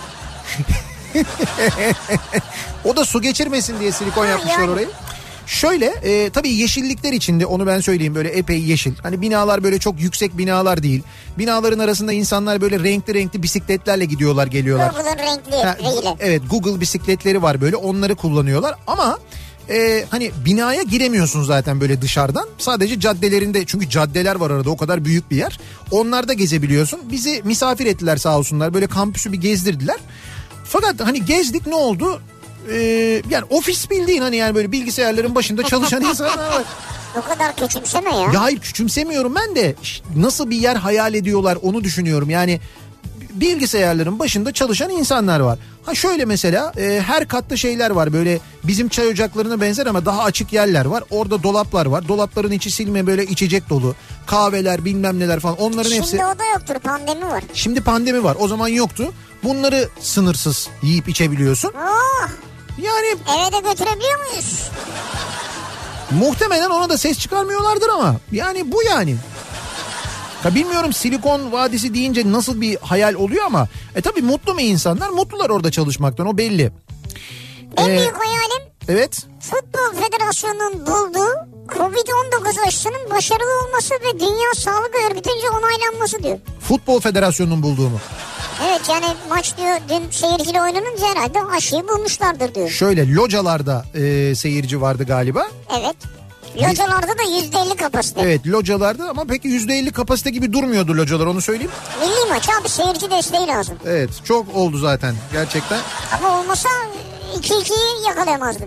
O da su geçirmesin diye silikon yapmışlar yani. Orayı. Şöyle tabii yeşillikler içinde, onu ben söyleyeyim, böyle epey yeşil. Hani binalar böyle çok yüksek binalar değil. Binaların arasında insanlar böyle renkli renkli bisikletlerle gidiyorlar geliyorlar. Google'ın renkli. Evet, Google bisikletleri var böyle, onları kullanıyorlar ama hani binaya giremiyorsun zaten böyle dışarıdan. Sadece caddelerinde, çünkü caddeler var arada, o kadar büyük bir yer. Onlarda gezebiliyorsun. Bizi misafir ettiler sağ olsunlar, böyle kampüsü bir gezdirdiler. Fakat hani gezdik, ne oldu? Yani ofis bildiğin, hani yani böyle bilgisayarların başında çalışan insanlar var. O kadar küçümseme ya. Ya hayır, küçümsemiyorum ben de. Nasıl bir yer hayal ediyorlar onu düşünüyorum. Yani bilgisayarların başında çalışan insanlar var. Ha şöyle mesela her katta şeyler var, böyle bizim çay ocaklarına benzer ama daha açık yerler var. Orada dolaplar var. Dolapların içi silme, böyle içecek dolu. Kahveler, bilmem neler falan, onların hepsi. Şimdi o da yoktur, pandemi var. Şimdi pandemi var, o zaman yoktu. Bunları sınırsız yiyip içebiliyorsun. Oh! Yani Eve de götürebiliyor muyuz? muhtemelen ona da ses çıkarmıyorlardır ama yani bu yani. Ya bilmiyorum Silikon Vadisi deyince nasıl bir hayal oluyor ama tabii mutlu mu insanlar? Mutlular orada çalışmaktan, o belli. En büyük hayalim evet. Futbol Federasyonu'nun bulduğu Covid-19 aşısının başarılı olması ve Dünya Sağlık Örgütü'nce onaylanması diyor. Futbol Federasyonu'nun bulduğu mu? Evet, yani maç diyor dün seyirciyle oynanınca herhalde aşıyı bulmuşlardır diyor. Şöyle localarda seyirci vardı galiba. Evet. Localarda da %50 kapasite. Evet, localarda, ama peki %50 kapasite gibi durmuyordu localar, onu söyleyeyim. Milli maç abi, seyirci desteği lazım. Evet, çok oldu zaten gerçekten. Ama olmasa 2-2'yi yakalayamazdık.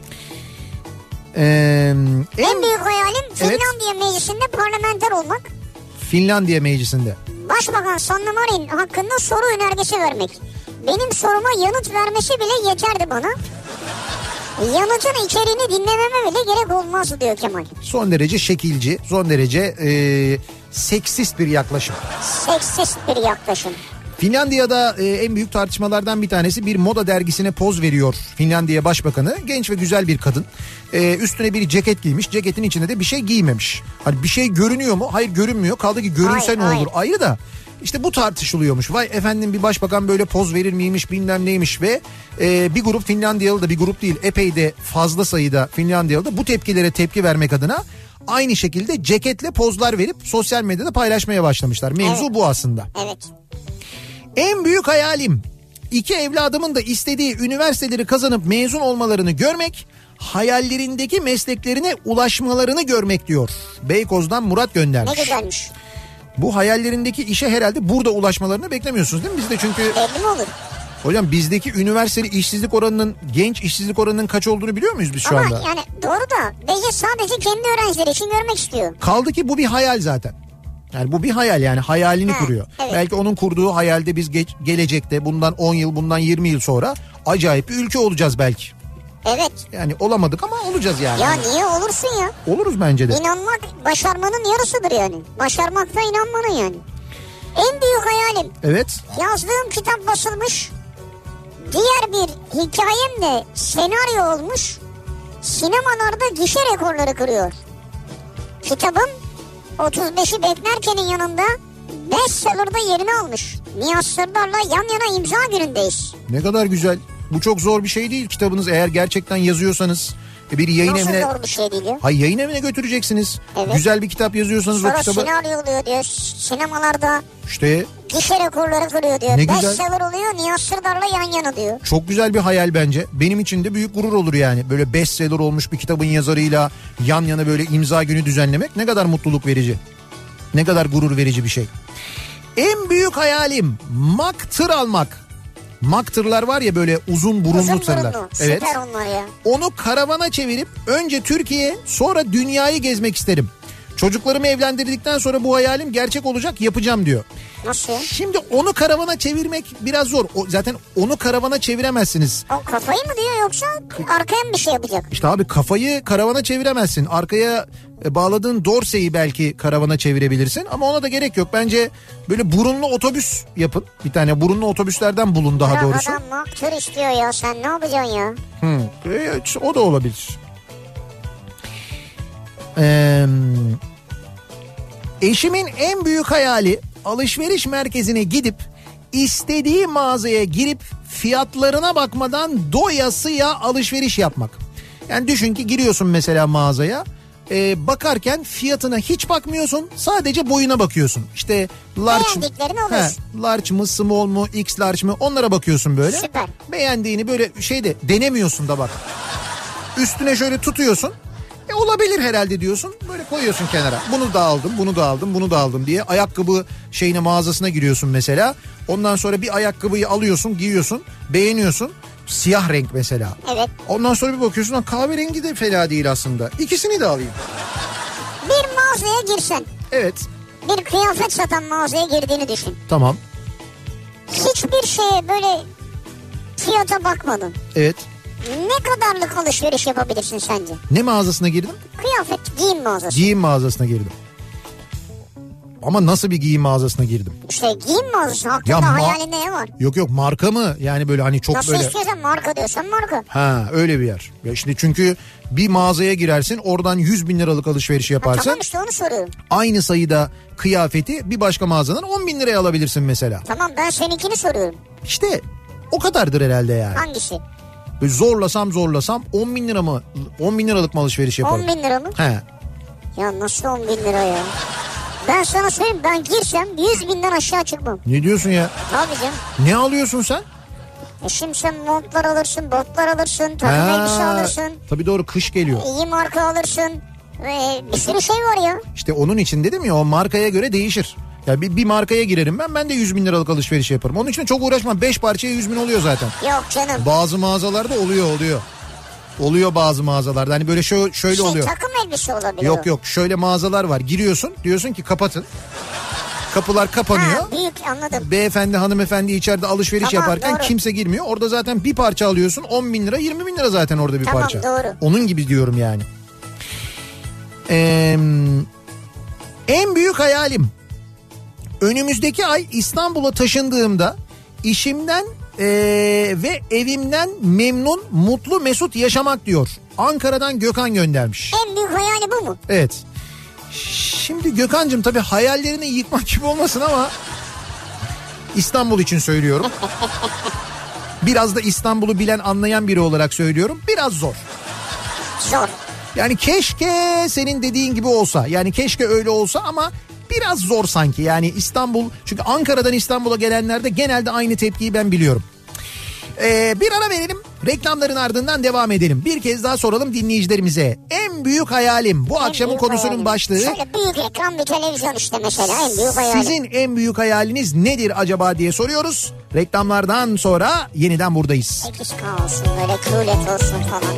En büyük hayalim Evet. Finlandiya Meclisi'nde parlamenter olmak. Finlandiya Meclisi'nde. Başbakan Sanna Marin hakkında soru önergesi vermek. Benim soruma yanıt vermesi bile yeterdi bana. Yanıtın içeriğini dinlememe bile gerek olmaz diyor Kemal. Son derece şekilci, son derece seksist bir yaklaşım. Seksist bir yaklaşım. Finlandiya'da en büyük tartışmalardan bir tanesi, bir moda dergisine poz veriyor Finlandiya Başbakanı. Genç ve güzel bir kadın. Üstüne bir ceket giymiş. Ceketin içinde de bir şey giymemiş. Hani bir şey görünüyor mu? Hayır, görünmüyor. Kaldı ki görünse ne olur? Ayrı da. İşte bu tartışılıyormuş. Vay efendim, bir başbakan böyle poz verir miymiş, bilmem neymiş ve bir grup Finlandiyalı da, bir grup değil, epey de fazla sayıda Finlandiyalı da bu tepkilere tepki vermek adına aynı şekilde ceketle pozlar verip sosyal medyada paylaşmaya başlamışlar. Mevzu bu aslında. Evet. En büyük hayalim 2 evladımın da istediği üniversiteleri kazanıp mezun olmalarını görmek, hayallerindeki mesleklerine ulaşmalarını görmek diyor. Beykoz'dan Murat göndermiş. Ne güzelmiş. Bu hayallerindeki işe herhalde burada ulaşmalarını beklemiyorsunuz değil mi? Bizde çünkü... Belli mi olur? Hocam bizdeki üniversiteli işsizlik oranının, genç işsizlik oranının kaç olduğunu biliyor muyuz biz şu anda? Ama yani doğru da Bece sadece kendi öğrencileri için görmek istiyor. Kaldı ki bu bir hayal zaten. Yani bu bir hayal, yani hayalini kuruyor. Evet. Belki onun kurduğu hayalde biz gelecekte bundan 10 yıl, bundan 20 yıl sonra acayip bir ülke olacağız belki. Evet. Yani olamadık ama olacağız yani. Ya niye olursun ya? Oluruz bence de. İnanmak başarmanın yarısıdır yani. Başarmak da inanmanın yani. En büyük hayalim. Evet. Yazdığım kitap basılmış. Diğer bir hikayem de senaryo olmuş. Sinemalarda gişe rekorları kırıyor. Kitabım 35'i beklerkenin yanında bestseller'da yerini almış. Nihat Sırdar'la yan yana imza günündeyiz. Ne kadar güzel. Bu çok zor bir şey değil kitabınız, eğer gerçekten yazıyorsanız. Bir yayın Nasıl evine... zor bir şey değil ya? Hayır, yayın evine götüreceksiniz. Evet. Güzel bir kitap yazıyorsanız Sonra o kitabı... senaryo oluyor diyor. Sinemalarda İşte gişe rekorları kırıyor diyor. Ne güzel. Bestseller oluyor, Nihat Sırdar'la yan yana diyor. çok güzel bir hayal bence. Benim için de büyük gurur olur yani. Böyle bestseller olmuş bir kitabın yazarıyla yan yana böyle imza günü düzenlemek ne kadar mutluluk verici. Ne kadar gurur verici bir şey. En büyük hayalim Mack tır almak. Mack tırlar var ya, böyle uzun burunlu tırlar. Evet. Süper onlar ya. Onu karavana çevirip önce Türkiye, sonra dünyayı gezmek isterim. Çocuklarımı evlendirdikten sonra bu hayalim gerçek olacak, yapacağım diyor. Nasıl ya? Şimdi onu karavana çevirmek biraz zor. Zaten onu karavana çeviremezsiniz. O kafayı mı diyor yoksa arkaya mı bir şey yapacak? İşte abi, kafayı karavana çeviremezsin. Arkaya bağladığın dorseyi belki karavana çevirebilirsin ama ona da gerek yok. Bence böyle burunlu otobüs yapın. Bir tane burunlu otobüslerden bulun daha doğrusu. Adam Mack tır istiyor ya, sen ne yapacaksın ya? O da olabilir. Eşimin en büyük hayali alışveriş merkezine gidip istediği mağazaya girip fiyatlarına bakmadan doyasıya alışveriş yapmak. Yani düşün ki giriyorsun mesela mağazaya, bakarken fiyatına hiç bakmıyorsun, sadece boyuna bakıyorsun. İşte Beğendiklerini alıyorsun. large mı, small mu, x large mı, onlara bakıyorsun böyle. Süper. Beğendiğini böyle şeyde denemiyorsun da bak. Üstüne şöyle tutuyorsun. Olabilir herhalde diyorsun. Böyle koyuyorsun kenara. Bunu da aldım, bunu da aldım, bunu da aldım diye. Ayakkabı mağazasına giriyorsun mesela. Ondan sonra bir ayakkabıyı alıyorsun, giyiyorsun, beğeniyorsun. Siyah renk mesela. Evet. Ondan sonra bir bakıyorsun, kahverengi de fena değil aslında. İkisini de alayım. Bir mağazaya girsen. Evet. Bir kıyafet satan mağazaya girdiğini düşün. Tamam. hiçbir şeye böyle fiyata bakmadın. Evet. Ne kadarlık alışveriş yapabilirsin sence? Ne mağazasına girdin? Kıyafet, giyim mağazası. Giyim mağazasına girdim. Ama nasıl bir giyim mağazasına girdim? İşte giyim mağazası hakkında hayalinde ne var? Yok marka mı? Yani böyle hani çok nasıl böyle. Nasıl istiyorsan marka diyorsan marka. Ha öyle bir yer. Ya şimdi çünkü bir mağazaya girersin oradan 100 bin liralık alışveriş yaparsın. Tamam işte onu soruyorum. Aynı sayıda kıyafeti bir başka mağazadan 10 bin liraya alabilirsin mesela. Tamam ben seninkini soruyorum. İşte o kadardır herhalde yani. Hangisi? Böyle zorlasam 10 bin lira mı? 10 bin liralık mı alışveriş yaparım? 10 bin lira mı? He. Ya nasıl 10 bin lira ya? Ben sana söyleyeyim, ben girsem 100 binden aşağı çıkmam. Ne diyorsun ya? Tabii canım. Ne alıyorsun sen? Şimdi sen montlar alırsın, botlar alırsın, takım elbise alırsın. Tabii doğru, kış geliyor. İyi marka alırsın. Bir sürü şey var ya. İşte onun için dedim ya, o markaya göre değişir. Ya bir markaya girerim ben de 100 bin liralık alışveriş yaparım. Onun için çok uğraşmam. 5 parçaya 100 bin oluyor zaten. Yok canım. Bazı mağazalarda oluyor. Oluyor bazı mağazalarda. Hani böyle şöyle oluyor. Takım elbise olabilir. Yok şöyle mağazalar var. Giriyorsun, diyorsun ki kapatın. Kapılar kapanıyor. Ha, büyük, anladım. Beyefendi hanımefendi içeride alışveriş yaparken doğru. kimse girmiyor. Orada zaten bir parça alıyorsun, 10 bin lira 20 bin lira zaten orada bir parça. Doğru. Onun gibi diyorum yani. En büyük hayalim önümüzdeki ay İstanbul'a taşındığımda işimden ve evimden memnun, mutlu, mesut yaşamak diyor. Ankara'dan Gökhan göndermiş. En büyük hayali bu mu? Evet. Şimdi Gökhan'cığım tabii hayallerini yıkmak gibi olmasın ama İstanbul için söylüyorum. Biraz da İstanbul'u bilen, anlayan biri olarak söylüyorum. Biraz zor. Zor. Yani keşke senin dediğin gibi olsa. Yani keşke öyle olsa ama biraz zor sanki. Yani İstanbul, çünkü Ankara'dan İstanbul'a gelenlerde genelde aynı tepkiyi ben biliyorum. Bir ara verelim. Reklamların ardından devam edelim. Bir kez daha soralım dinleyicilerimize. En büyük hayalim, bu akşamın konusunun hayalim. Başlığı. Şöyle büyük ekran bir televizyon işte mesela, en büyük hayalim. Sizin en büyük hayaliniz nedir acaba diye soruyoruz. Reklamlardan sonra yeniden buradayız. 8K olsun, böyle QLED olsun falan.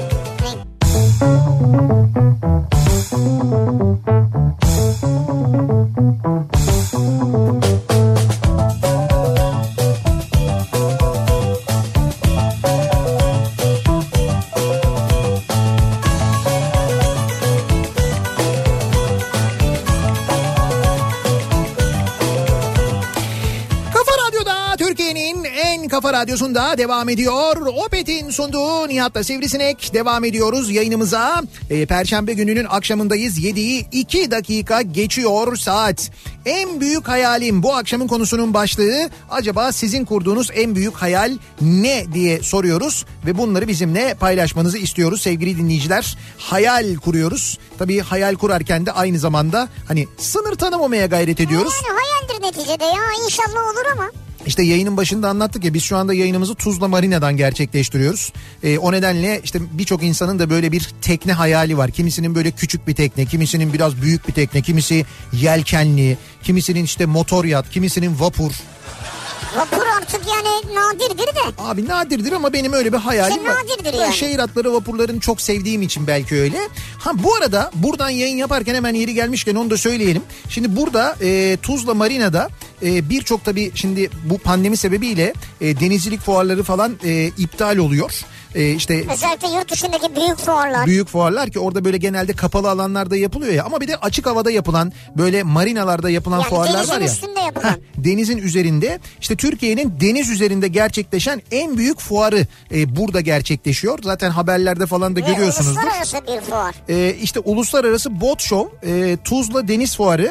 Kafa Radyosu'nda devam ediyor. Opet'in sunduğu Nihat'la Sivrisinek devam ediyoruz yayınımıza. Perşembe gününün akşamındayız. 7'yi 2 dakika geçiyor saat. En büyük hayalim, bu akşamın konusunun başlığı. Acaba sizin kurduğunuz en büyük hayal ne diye soruyoruz ve bunları bizimle paylaşmanızı istiyoruz sevgili dinleyiciler. Hayal kuruyoruz. Tabii hayal kurarken de aynı zamanda hani sınır tanımamaya gayret ediyoruz. Yani hayaldir neticede ya, inşallah olur ama. İşte yayının başında anlattık ya, biz şu anda yayınımızı Tuzla Marina'dan gerçekleştiriyoruz. O nedenle işte birçok insanın da böyle bir tekne hayali var. Kimisinin böyle küçük bir tekne, kimisinin biraz büyük bir tekne, kimisi yelkenli, kimisinin işte motor yat, kimisinin vapur. Vapur artık yani nadirdir de. Abi nadirdir ama benim öyle bir hayalim var. Nadirdir yani. Şehir atları, vapurlarını çok sevdiğim için belki öyle. Ha bu arada buradan yayın yaparken hemen yeri gelmişken onu da söyleyelim. Şimdi burada Tuzla Marina'da birçok tabii şimdi bu pandemi sebebiyle denizcilik fuarları falan iptal oluyor. İşte özellikle yurt dışındaki büyük fuarlar. Büyük fuarlar ki orada böyle genelde kapalı alanlarda yapılıyor ya, ama bir de açık havada yapılan, böyle marinalarda yapılan yani fuarlar var ya. Denizin üstünde yapılan. Denizin üzerinde, işte Türkiye'nin deniz üzerinde gerçekleşen en büyük fuarı burada gerçekleşiyor. Zaten haberlerde falan da görüyorsunuzdur. Uluslararası bir fuar. İşte Uluslararası Boat Show Tuzla Deniz Fuarı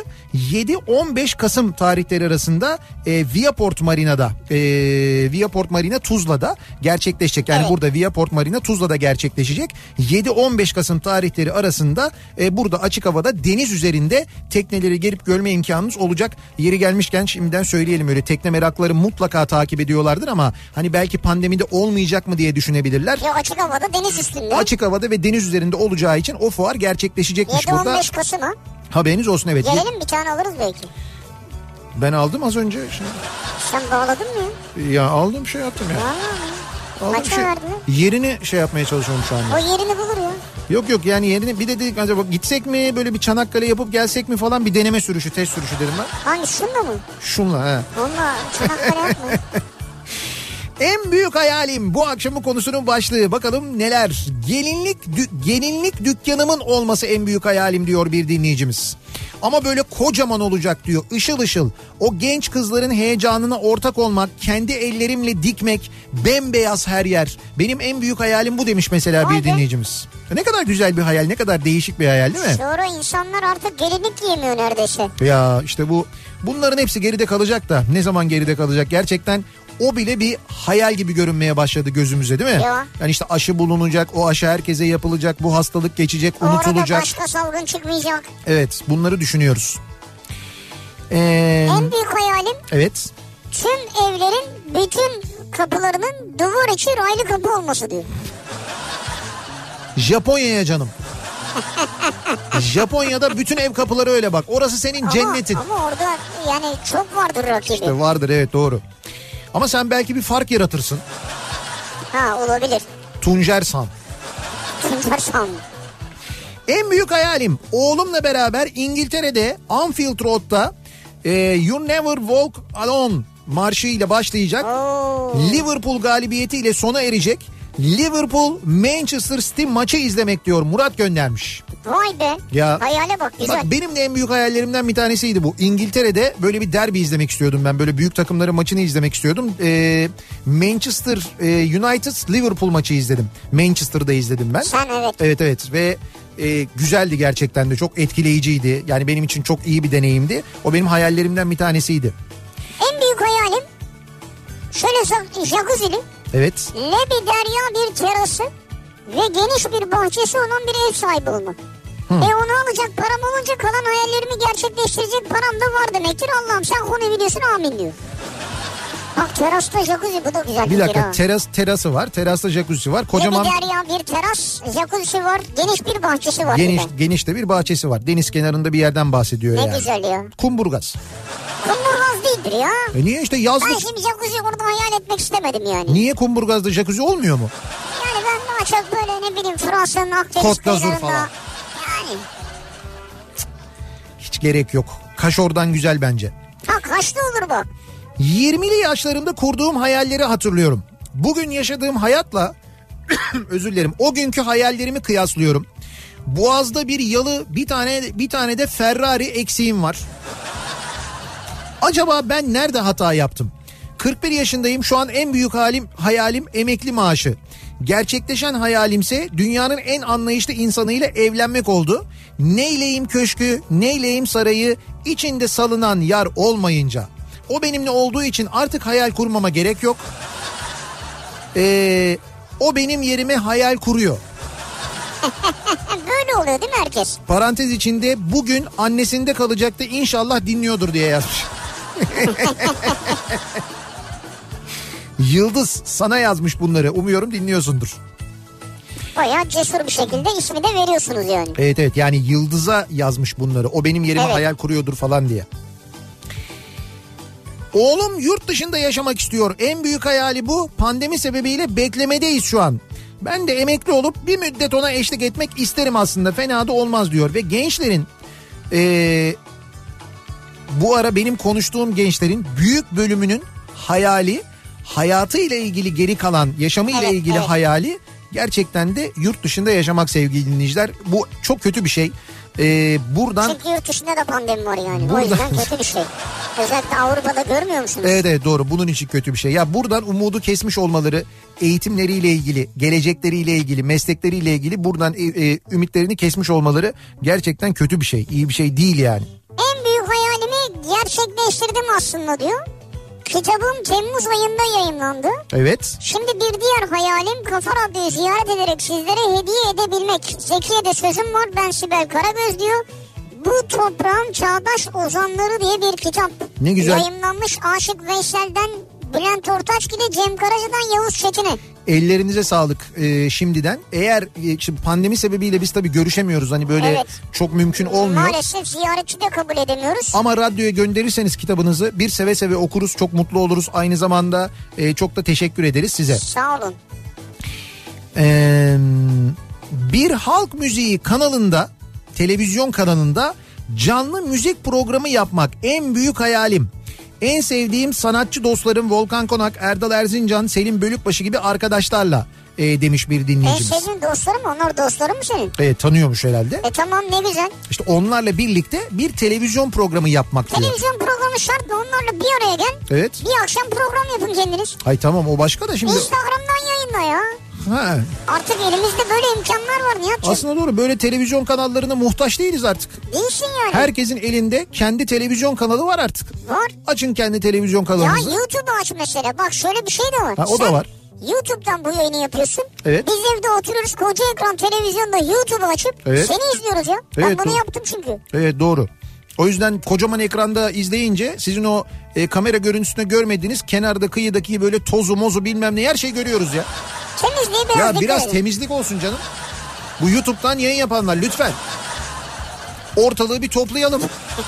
7-15 Kasım tarihleri arasında Viaport Marina'da, Viaport Marina Tuzla'da gerçekleşecek. Yani evet. Burada Viaport Marina Tuzla'da gerçekleşecek. 7-15 Kasım tarihleri arasında burada açık havada deniz üzerinde tekneleri gelip görme imkanınız olacak. Yeri gelmişken şimdiden söyleyelim, öyle tekne merakları mutlaka takip ediyorlardır ama hani belki pandemide olmayacak mı diye düşünebilirler. Yok, açık havada deniz üstünde. Açık havada ve deniz üzerinde olacağı için o fuar gerçekleşecekmiş burada. 7-15 Kasım'a. Haberiniz olsun, evet. Gelelim, bir tane alırız belki. Ben aldım az önce. Şimdi. Sen bağladın mı? Ya aldım, şey yaptım ya. Kaça verdin? Yerini şey yapmaya çalışıyorum şu anda. O yerini bulur ya. Yok yani yerini, bir de dedik acaba gitsek mi böyle bir Çanakkale yapıp gelsek mi falan, bir deneme sürüşü, test sürüşü dedim ben. Hangi, şunla mı? Şunla he. Onunla Çanakkale yapma. En büyük hayalim bu akşamın konusunun başlığı. Bakalım neler? Gelinlik dükkanımın olması en büyük hayalim diyor bir dinleyicimiz. Ama böyle kocaman olacak diyor. Işıl ışıl. O genç kızların heyecanına ortak olmak, kendi ellerimle dikmek, bembeyaz her yer. Benim en büyük hayalim bu demiş mesela bir dinleyicimiz. Ne kadar güzel bir hayal, ne kadar değişik bir hayal değil mi? Sonra insanlar artık gelinlik giyemiyor neredeyse. Ya işte bunların hepsi geride kalacak da ne zaman geride kalacak gerçekten? O bile bir hayal gibi görünmeye başladı gözümüze değil mi? Ya. Yani işte aşı bulunacak, o aşı herkese yapılacak, bu hastalık geçecek, unutulacak. Orada başka salgın çıkmayacak. Evet, bunları düşünüyoruz. En büyük hayalim evet. tüm evlerin bütün kapılarının duvar içi raylı kapı olması diyor. Japonya'ya canım. Japonya'da bütün ev kapıları öyle bak. Orası senin cennetin. Ama orada yani çok vardır rakibi. İşte vardır, evet, doğru. Ama sen belki bir fark yaratırsın. Ha, olabilir. Tuncersan. Tuncersan. En büyük hayalim oğlumla beraber İngiltere'de Anfield Road'da You Never Walk Alone marşıyla başlayacak. Liverpool galibiyetiyle sona erecek. Liverpool Manchester City maçı izlemek diyor. Murat göndermiş. Vay be. Ya, hayale bak, güzel. Bak, benim de en büyük hayallerimden bir tanesiydi bu. İngiltere'de böyle bir derbi izlemek istiyordum ben. Böyle büyük takımların maçını izlemek istiyordum. Manchester United Liverpool maçı izledim. Manchester'da izledim ben. Sen, evet. Evet ve güzeldi gerçekten de, çok etkileyiciydi. Yani benim için çok iyi bir deneyimdi. O benim hayallerimden bir tanesiydi. En büyük hayalim şöyle jacuzzi'li. Evet. Lebi derya bir terası ve geniş bir bahçesi olan bir ev sahibi olmak. Onu alacak param olunca kalan hayallerimi gerçekleştirecek param da var demektir. Allah'ım sen konuyu biliyorsun, amin diyor. Bak, terasta jacuzzi, bu da güzel bir dakika, ha. terası var, terasta jacuzzi var. Kocaman Lebi derya bir teras, jacuzzi var, geniş bir bahçesi var. Geniş de bir bahçesi var. Deniz kenarında bir yerden bahsediyor yani. Ne güzel ya. Kumburgaz. Kumburgaz değildir ya. Niye işte yazlık? Ben şimdi jacuzzi burada hayal etmek istemedim yani. Niye Kumburgaz'da jacuzzi olmuyor mu? Yani ben daha çok böyle ne bileyim Fransa'nın Akdeniz Côte d'Azur kıyılarında. falan. Yani. Hiç gerek yok. Kaşor'dan güzel bence. Ha, kaçta olur bu? 20'li yaşlarımda kurduğum hayalleri hatırlıyorum. Bugün yaşadığım hayatla özür dilerim, o günkü hayallerimi kıyaslıyorum. Boğaz'da bir yalı, bir tane de Ferrari eksiğim var. Acaba ben nerede hata yaptım? 41 yaşındayım, şu an en büyük hayalim emekli maaşı. Gerçekleşen hayalimse dünyanın en anlayışlı insanıyla evlenmek oldu. Neyleyim köşkü, neyleyim sarayı, içinde salınan yar olmayınca. O benimle olduğu için artık hayal kurmama gerek yok. O benim yerime hayal kuruyor. Böyle oluyor değil mi herkes? Parantez içinde bugün annesinde kalacaktı, inşallah dinliyordur diye yazmış. Yıldız sana yazmış bunları, umuyorum dinliyorsundur. Bayağı cesur bir şekilde ismi de veriyorsunuz yani. Evet yani Yıldız'a yazmış bunları, o benim yerime hayal kuruyordur falan diye. Oğlum yurt dışında yaşamak istiyor. En büyük hayali bu. Pandemi sebebiyle beklemedeyiz şu an. Ben de emekli olup bir müddet ona eşlik etmek isterim aslında. Fena da olmaz diyor. Ve gençlerin bu ara benim konuştuğum gençlerin büyük bölümünün hayali, hayatıyla ilgili geri kalan yaşamıyla ilgili hayali gerçekten de yurt dışında yaşamak sevgili dinleyiciler. Bu çok kötü bir şey. Buradan... Çünkü yurt dışında da pandemi var yani. O yüzden kötü bir şey. Özellikle Avrupa'da görmüyor musunuz? Evet doğru, bunun için kötü bir şey. Ya buradan umudu kesmiş olmaları, eğitimleriyle ilgili, gelecekleriyle ilgili, meslekleriyle ilgili buradan ümitlerini kesmiş olmaları gerçekten kötü bir şey. İyi bir şey değil yani. En büyük hayalimi gerçekleştirdim aslında diyor. Kitabım Temmuz ayında yayınlandı. Evet. Şimdi bir diğer hayalim Kafa Radyo'yu ziyaret ederek sizlere hediye edebilmek. Zekiye de sözüm var, ben Sibel Karagöz diyor. Bu Toprağın Çağdaş Ozanları diye bir kitap. Ne güzel. Yayınlanmış Aşık Veysel'den Bülent Ortaçgil'e, Cem Karaca'dan Yavuz Çetin'e. Ellerinize sağlık şimdiden. Eğer şimdi pandemi sebebiyle biz tabii görüşemiyoruz. Hani böyle çok mümkün olmuyor. Maalesef ziyaretçi de kabul edemiyoruz. Ama radyoya gönderirseniz kitabınızı bir seve seve okuruz. Çok mutlu oluruz. Aynı zamanda çok da teşekkür ederiz size. Sağ olun. Bir halk müziği kanalında, televizyon kanalında canlı müzik programı yapmak en büyük hayalim. En sevdiğim sanatçı dostlarım Volkan Konak, Erdal Erzincan, Selim Bölükbaşı gibi arkadaşlarla demiş bir dinleyicimiz. En sevdiğin dostlarım mı? Onlar dostların mı senin? Evet, tanıyormuş herhalde. Tamam, ne güzel. İşte onlarla birlikte bir televizyon programı yapmak diyor. Televizyon programı şart mı? Onlarla bir araya gel. Evet. Bir akşam program yapın kendiniz. Hay tamam, o başka da şimdi. Instagram'dan yayınla ya. Ha. Artık elimizde böyle imkanlar var, ne yapacaksın? Aslında doğru, böyle televizyon kanallarına muhtaç değiliz artık. Değilsin yani. Herkesin elinde kendi televizyon kanalı var artık. Var. Açın kendi televizyon Ya kanalınızı. YouTube'u aç mesela. Bak şöyle bir şey de var. Ha, o da var. YouTube'dan bu yayını yapıyorsun. Evet. Biz evde oturuyoruz, koca ekran televizyonda YouTube'u açıp Evet. seni izliyoruz ya. Ben Evet, bunu doğru. yaptım çünkü. Evet, doğru. O yüzden kocaman ekranda izleyince sizin o kamera görüntüsünde görmediğiniz kenarda kıyıdaki böyle tozu mozu bilmem ne her şeyi görüyoruz ya. Temizliği biraz Ya dikkat biraz edin. temizlik olsun canım. Bu YouTube'dan yayın yapanlar lütfen. Ortalığı bir toplayalım.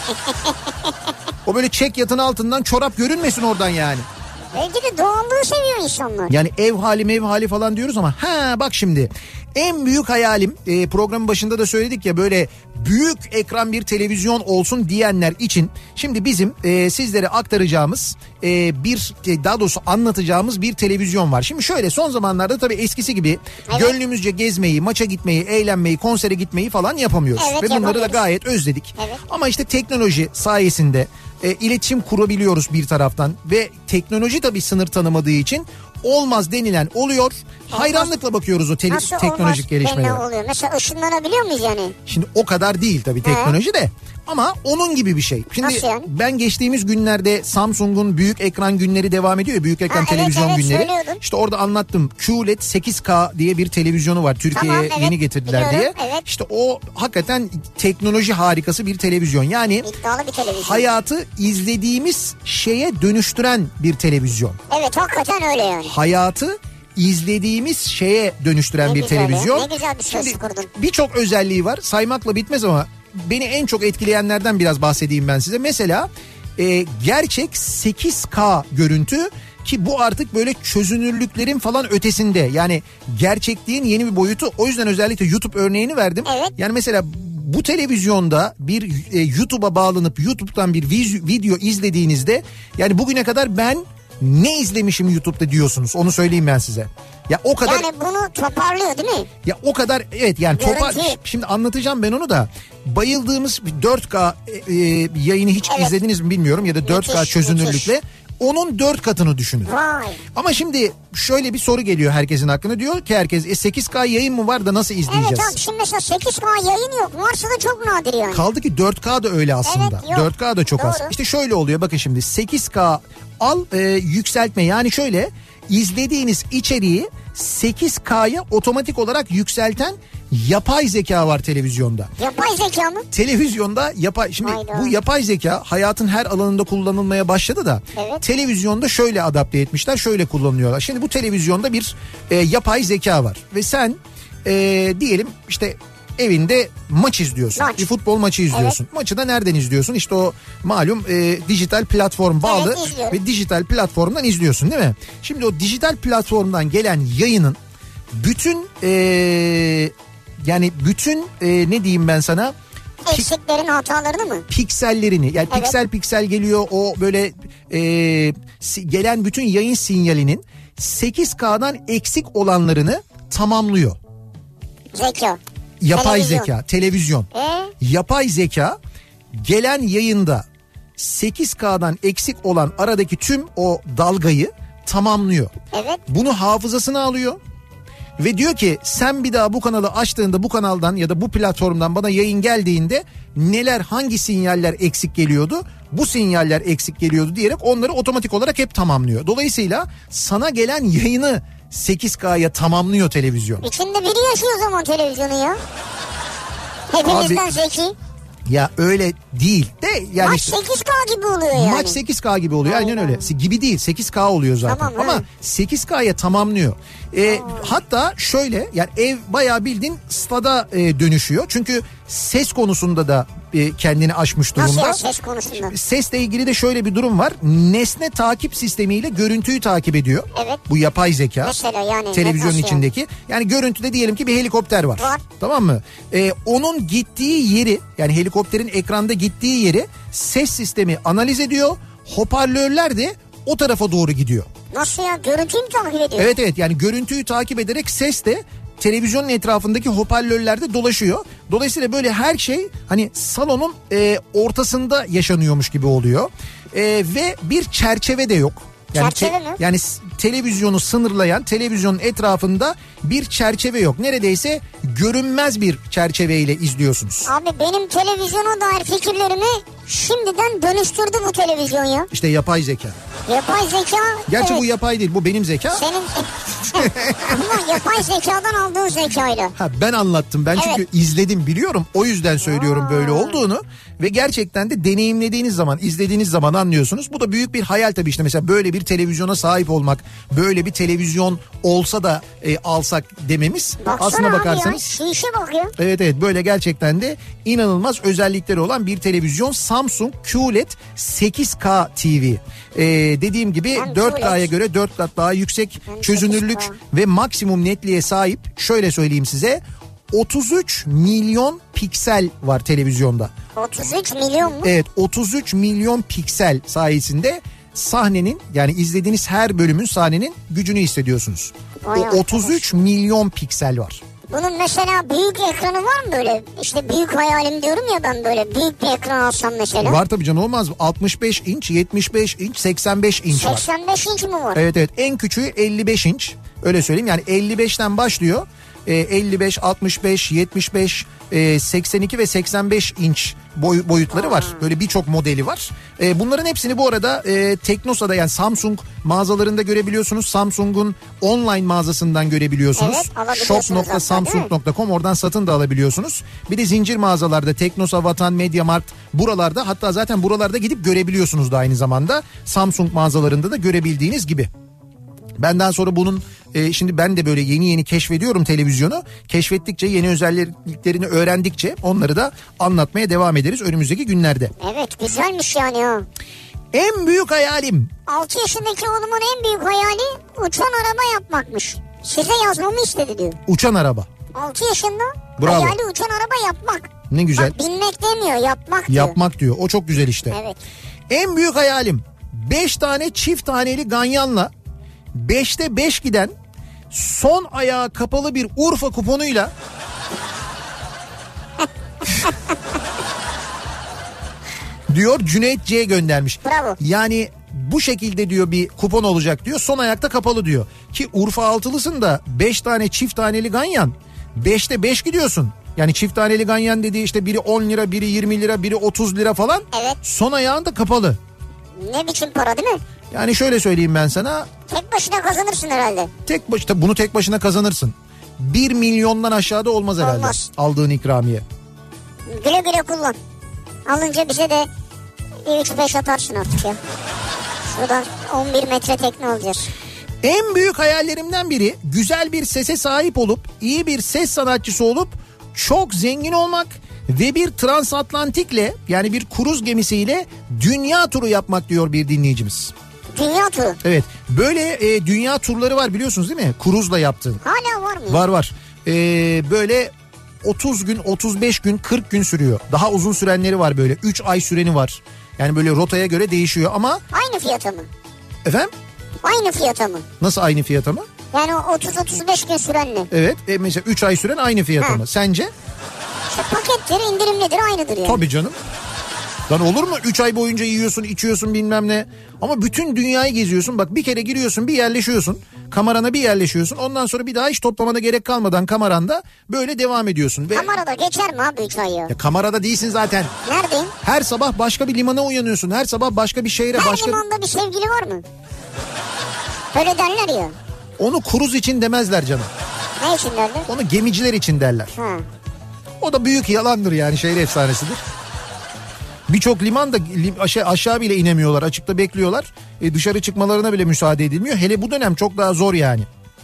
O böyle çek yatın altından çorap görünmesin oradan yani. Belki de doğallığı seviyor insanlar. Yani ev hali falan diyoruz ama bak şimdi en büyük hayalim, programın başında da söyledik ya, böyle büyük ekran bir televizyon olsun diyenler için şimdi bizim sizlere aktaracağımız daha doğrusu anlatacağımız bir televizyon var. Şimdi şöyle, son zamanlarda tabii eskisi gibi gönlümüzce gezmeyi, maça gitmeyi, eğlenmeyi, konsere gitmeyi falan yapamıyoruz. Evet, ve bunları da yapamıyoruz. gayet özledik. Evet. Ama işte teknoloji sayesinde iletişim kurabiliyoruz bir taraftan ve teknoloji tabii sınır tanımadığı için olmaz denilen oluyor. Hayranlıkla bakıyoruz o Nasıl teknolojik olmaz? gelişmelere. Ne oluyor? Mesela ışınlanabiliyor muyuz yani? Şimdi o kadar değil tabii teknoloji de. Ama onun gibi bir şey. Şimdi Nasıl yani? ben geçtiğimiz günlerde Samsung'un büyük ekran günleri devam ediyor ya, büyük ekran televizyon günleri. Söylüyordun. İşte orada anlattım. QLED 8K diye bir televizyonu var. Türkiye'ye Tamam, evet, yeni getirdiler biliyorum, diye. evet. İşte o hakikaten teknoloji harikası bir televizyon. Yani İddialı bir televizyon. hayatı izlediğimiz şeye dönüştüren bir televizyon. Evet, hakikaten öyle yani. Hayatı izlediğimiz şeye dönüştüren Ne bir güzel televizyon. ya, ne güzel bir söz Şimdi kurdun. birçok özelliği var. Saymakla bitmez ama beni en çok etkileyenlerden biraz bahsedeyim ben size. Mesela gerçek 8K görüntü, ki bu artık böyle çözünürlüklerin falan ötesinde. Yani gerçekliğin yeni bir boyutu. O yüzden özellikle YouTube örneğini verdim. Evet. Yani mesela bu televizyonda bir YouTube'a bağlanıp YouTube'dan bir video izlediğinizde, yani bugüne kadar ben ne izlemişim YouTube'da diyorsunuz, onu söyleyeyim ben size. Ya o kadar, Yani bunu toparlıyor değil mi? ya o kadar, evet yani Görüntü. şimdi anlatacağım ben onu da. Bayıldığımız bir 4K yayını hiç Evet. izlediniz mi bilmiyorum, ya da 4K Müthiş, çözünürlükle müthiş. onun 4 katını düşünün. Vay. Ama şimdi şöyle bir soru geliyor herkesin aklına, diyor ki herkes 8K yayın mı var da nasıl izleyeceğiz? Evet abi, şimdi mesela 8K yayın yok. Varsa da çok nadir yani. Kaldı ki 4K da öyle aslında. Evet, yok. 4K da çok az. Doğru. İşte şöyle oluyor, bakın şimdi 8K al, yükseltme, yani şöyle izlediğiniz içeriği 8K'ya otomatik olarak yükselten yapay zeka var televizyonda. Yapay zeka mı? Televizyonda şimdi Hayda. bu yapay zeka hayatın her alanında kullanılmaya başladı da Evet. televizyonda şöyle adapte etmişler, şöyle kullanıyorlar. Şimdi bu televizyonda bir yapay zeka var ve sen diyelim işte evinde maç izliyorsun. Maç. Bir futbol maçı izliyorsun. Maçı da nereden izliyorsun? İşte o malum dijital platform bağlı izliyorum. ve dijital platformdan izliyorsun değil mi? Şimdi o dijital platformdan gelen yayının bütün yani bütün ne diyeyim ben sana? Eksiklerin, hatalarını mı? Piksellerini, yani Evet. piksel piksel geliyor, o böyle gelen bütün yayın sinyalinin 8K'dan eksik olanlarını tamamlıyor. Zeka. Yapay Televizyon. zeka, televizyon. Yapay zeka gelen yayında 8K'dan eksik olan aradaki tüm o dalgayı tamamlıyor. Evet. Bunu hafızasına alıyor. Ve diyor ki sen bir daha bu kanalı açtığında bu kanaldan ya da bu platformdan bana yayın geldiğinde hangi sinyaller eksik geliyordu, bu sinyaller eksik geliyordu diyerek onları otomatik olarak hep tamamlıyor. Dolayısıyla sana gelen yayını 8K'ya tamamlıyor televizyon. İçinde biri yaşıyor o zaman televizyonu ya. Hepimizden zeki. Ya öyle değil de yani Maç 8K gibi oluyor yani. maç 8K gibi oluyor. Aynen öyle. Gibi değil, 8K oluyor zaten. Tamam, ama evet. 8K'ya tamamlıyor. Hatta şöyle, yani ev bayağı bildiğin stada dönüşüyor. Çünkü ses konusunda da kendini aşmış durumda. Nasıl ya, ses konusunda? Sesle ilgili de şöyle bir durum var. Nesne takip sistemiyle görüntüyü takip ediyor. Evet. Bu yapay zeka. Mesela yani. Televizyonun nasıl içindeki. Yani görüntüde diyelim ki bir helikopter var. Var. Tamam mı? Onun gittiği yeri, yani helikopterin ekranda gittiği yeri ses sistemi analiz ediyor. hoparlörler de o tarafa doğru gidiyor. Nasıl ya? Görüntüyü mü takip ediyor? Evet evet, yani görüntüyü takip ederek ses de televizyonun etrafındaki hoparlörlerde dolaşıyor. Dolayısıyla böyle her şey hani salonun ortasında yaşanıyormuş gibi oluyor. Ve bir çerçeve de yok. Yani Çerçeve mi? Yani televizyonu sınırlayan, televizyonun etrafında bir çerçeve yok. Neredeyse görünmez bir çerçeveyle izliyorsunuz. Abi benim televizyona dair fikirlerimi şimdiden dönüştürdü bu televizyon ya. İşte yapay zeka. Yapay zeka. Gerçi evet. bu yapay değil, bu benim zeka. Senin ama yapay zekadan aldığın zekayla. Ha, ben anlattım, ben çünkü izledim, biliyorum, o yüzden söylüyorum böyle olduğunu ve gerçekten de deneyimlediğiniz zaman, izlediğiniz zaman anlıyorsunuz. Bu da büyük bir hayal tabii, işte mesela böyle bir televizyona sahip olmak, böyle bir televizyon olsa da alsak dememiz. Baksana aslına bakarsanız. abi ya, şişe bak ya. Evet evet, böyle gerçekten de inanılmaz özellikleri olan bir televizyon. Samsung QLED 8K TV. Dediğim gibi 4K'ya göre 4 kat daha yüksek çözünürlük 8K. ve maksimum netliğe sahip. Şöyle söyleyeyim size, 33 milyon piksel var televizyonda. 33 milyon mu? Evet, 33 milyon piksel sayesinde sahnenin, yani izlediğiniz her bölümün, sahnenin gücünü hissediyorsunuz. Vay O 33 milyon piksel var. Bunun mesela büyük ekranı var mı böyle? İşte büyük hayalim diyorum ya ben, böyle büyük bir ekran alsam mesela. Var tabii canım, olmaz mı? 65 inç, 75 inç, 85 inç var. 85 inç mi var? Evet evet, en küçüğü 55 inç, öyle söyleyeyim, yani 55'ten başlıyor. 55, 65, 75, 82 ve 85 inç boyutları var. Böyle birçok modeli var. Bunların hepsini bu arada Teknosa'da, yani Samsung mağazalarında görebiliyorsunuz. Samsung'un online mağazasından görebiliyorsunuz. Evet, alabiliyorsunuz. shop.samsung.com, oradan satın da alabiliyorsunuz. Bir de zincir mağazalarda Teknosa, Vatan, MediaMarkt, buralarda, hatta zaten buralarda gidip görebiliyorsunuz da aynı zamanda. Samsung mağazalarında da görebildiğiniz gibi. Benden sonra bunun şimdi ben de böyle yeni keşfediyorum televizyonu. Keşfettikçe, yeni özelliklerini öğrendikçe onları da anlatmaya devam ederiz önümüzdeki günlerde. Evet, güzelmiş yani o. En büyük hayalim. 6 yaşındaki oğlumun en büyük hayali uçan araba yapmakmış. Size yazmamı istedi diyor. Uçan araba. 6 yaşında Bravo. hayali uçan araba yapmak. Ne güzel. Bak, binmek demiyor, yapmak diyor. Yapmak diyor. O çok güzel işte. Evet. En büyük hayalim 5 tane çift taneli ganyanla 5'te 5 giden, son ayağı kapalı bir Urfa kuponuyla diyor, Cüneyt C göndermiş. Bravo. Yani bu şekilde diyor bir kupon olacak diyor, son ayakta kapalı diyor. Ki Urfa altılısın da 5 tane çift taneli ganyan, 5'te 5 gidiyorsun. Yani çift taneli ganyan dediği işte biri 10 lira, biri 20 lira, biri 30 lira falan. Evet. Son ayağın da kapalı. Ne biçim para değil mi? Yani şöyle söyleyeyim ben sana. Tek başına kazanırsın herhalde. Bunu tek başına kazanırsın. 1 milyondan aşağıda olmaz herhalde. Olmaz. Aldığın ikramiye. Güle güle kullan. Alınca bize de 3-5 atarsın artık ya. Şuradan 11 metre tekne alacağız. En büyük hayallerimden biri güzel bir sese sahip olup, iyi bir ses sanatçısı olup, çok zengin olmak ve bir transatlantikle, yani bir kruz gemisiyle dünya turu yapmak diyor bir dinleyicimiz. Dünya turu. Evet, böyle dünya turları var biliyorsunuz değil mi? Kruzla yaptığın. Hala var mı? Var. Böyle 30 gün, 35 gün, 40 gün sürüyor. Daha uzun sürenleri var böyle. 3 ay süreni var. Yani böyle rotaya göre değişiyor ama... Aynı fiyata mı? Efendim? Aynı fiyata mı? Nasıl aynı fiyata mı? Yani o 30-35 gün sürenli. Evet. Mesela 3 ay süren aynı fiyata mı? Sence? İşte pakettir, indirimlidir, aynıdır yani. Tabii canım. Lan olur mu? 3 ay boyunca yiyorsun, içiyorsun, bilmem ne. Ama bütün dünyayı geziyorsun. Bak, bir kere giriyorsun, bir yerleşiyorsun. Kamerana bir yerleşiyorsun. Ondan sonra bir daha hiç toplamana gerek kalmadan kameranda böyle devam ediyorsun. Kamerada geçer mi abi 3 ay ya? Ya kamerada değilsin zaten. Neredeyim? Her sabah başka bir limana uyanıyorsun. Her sabah başka bir şehre. Her limanda bir sevgili var mı? Öyle derler ya. Onu kruz için demezler canım. Ne için derler? Onu gemiciler için derler. Ha. O da büyük yalandır yani, şehir efsanesidir. Birçok liman da aşağı bile inemiyorlar. Açıkta bekliyorlar. Dışarı çıkmalarına bile müsaade edilmiyor. Hele bu dönem çok daha zor yani.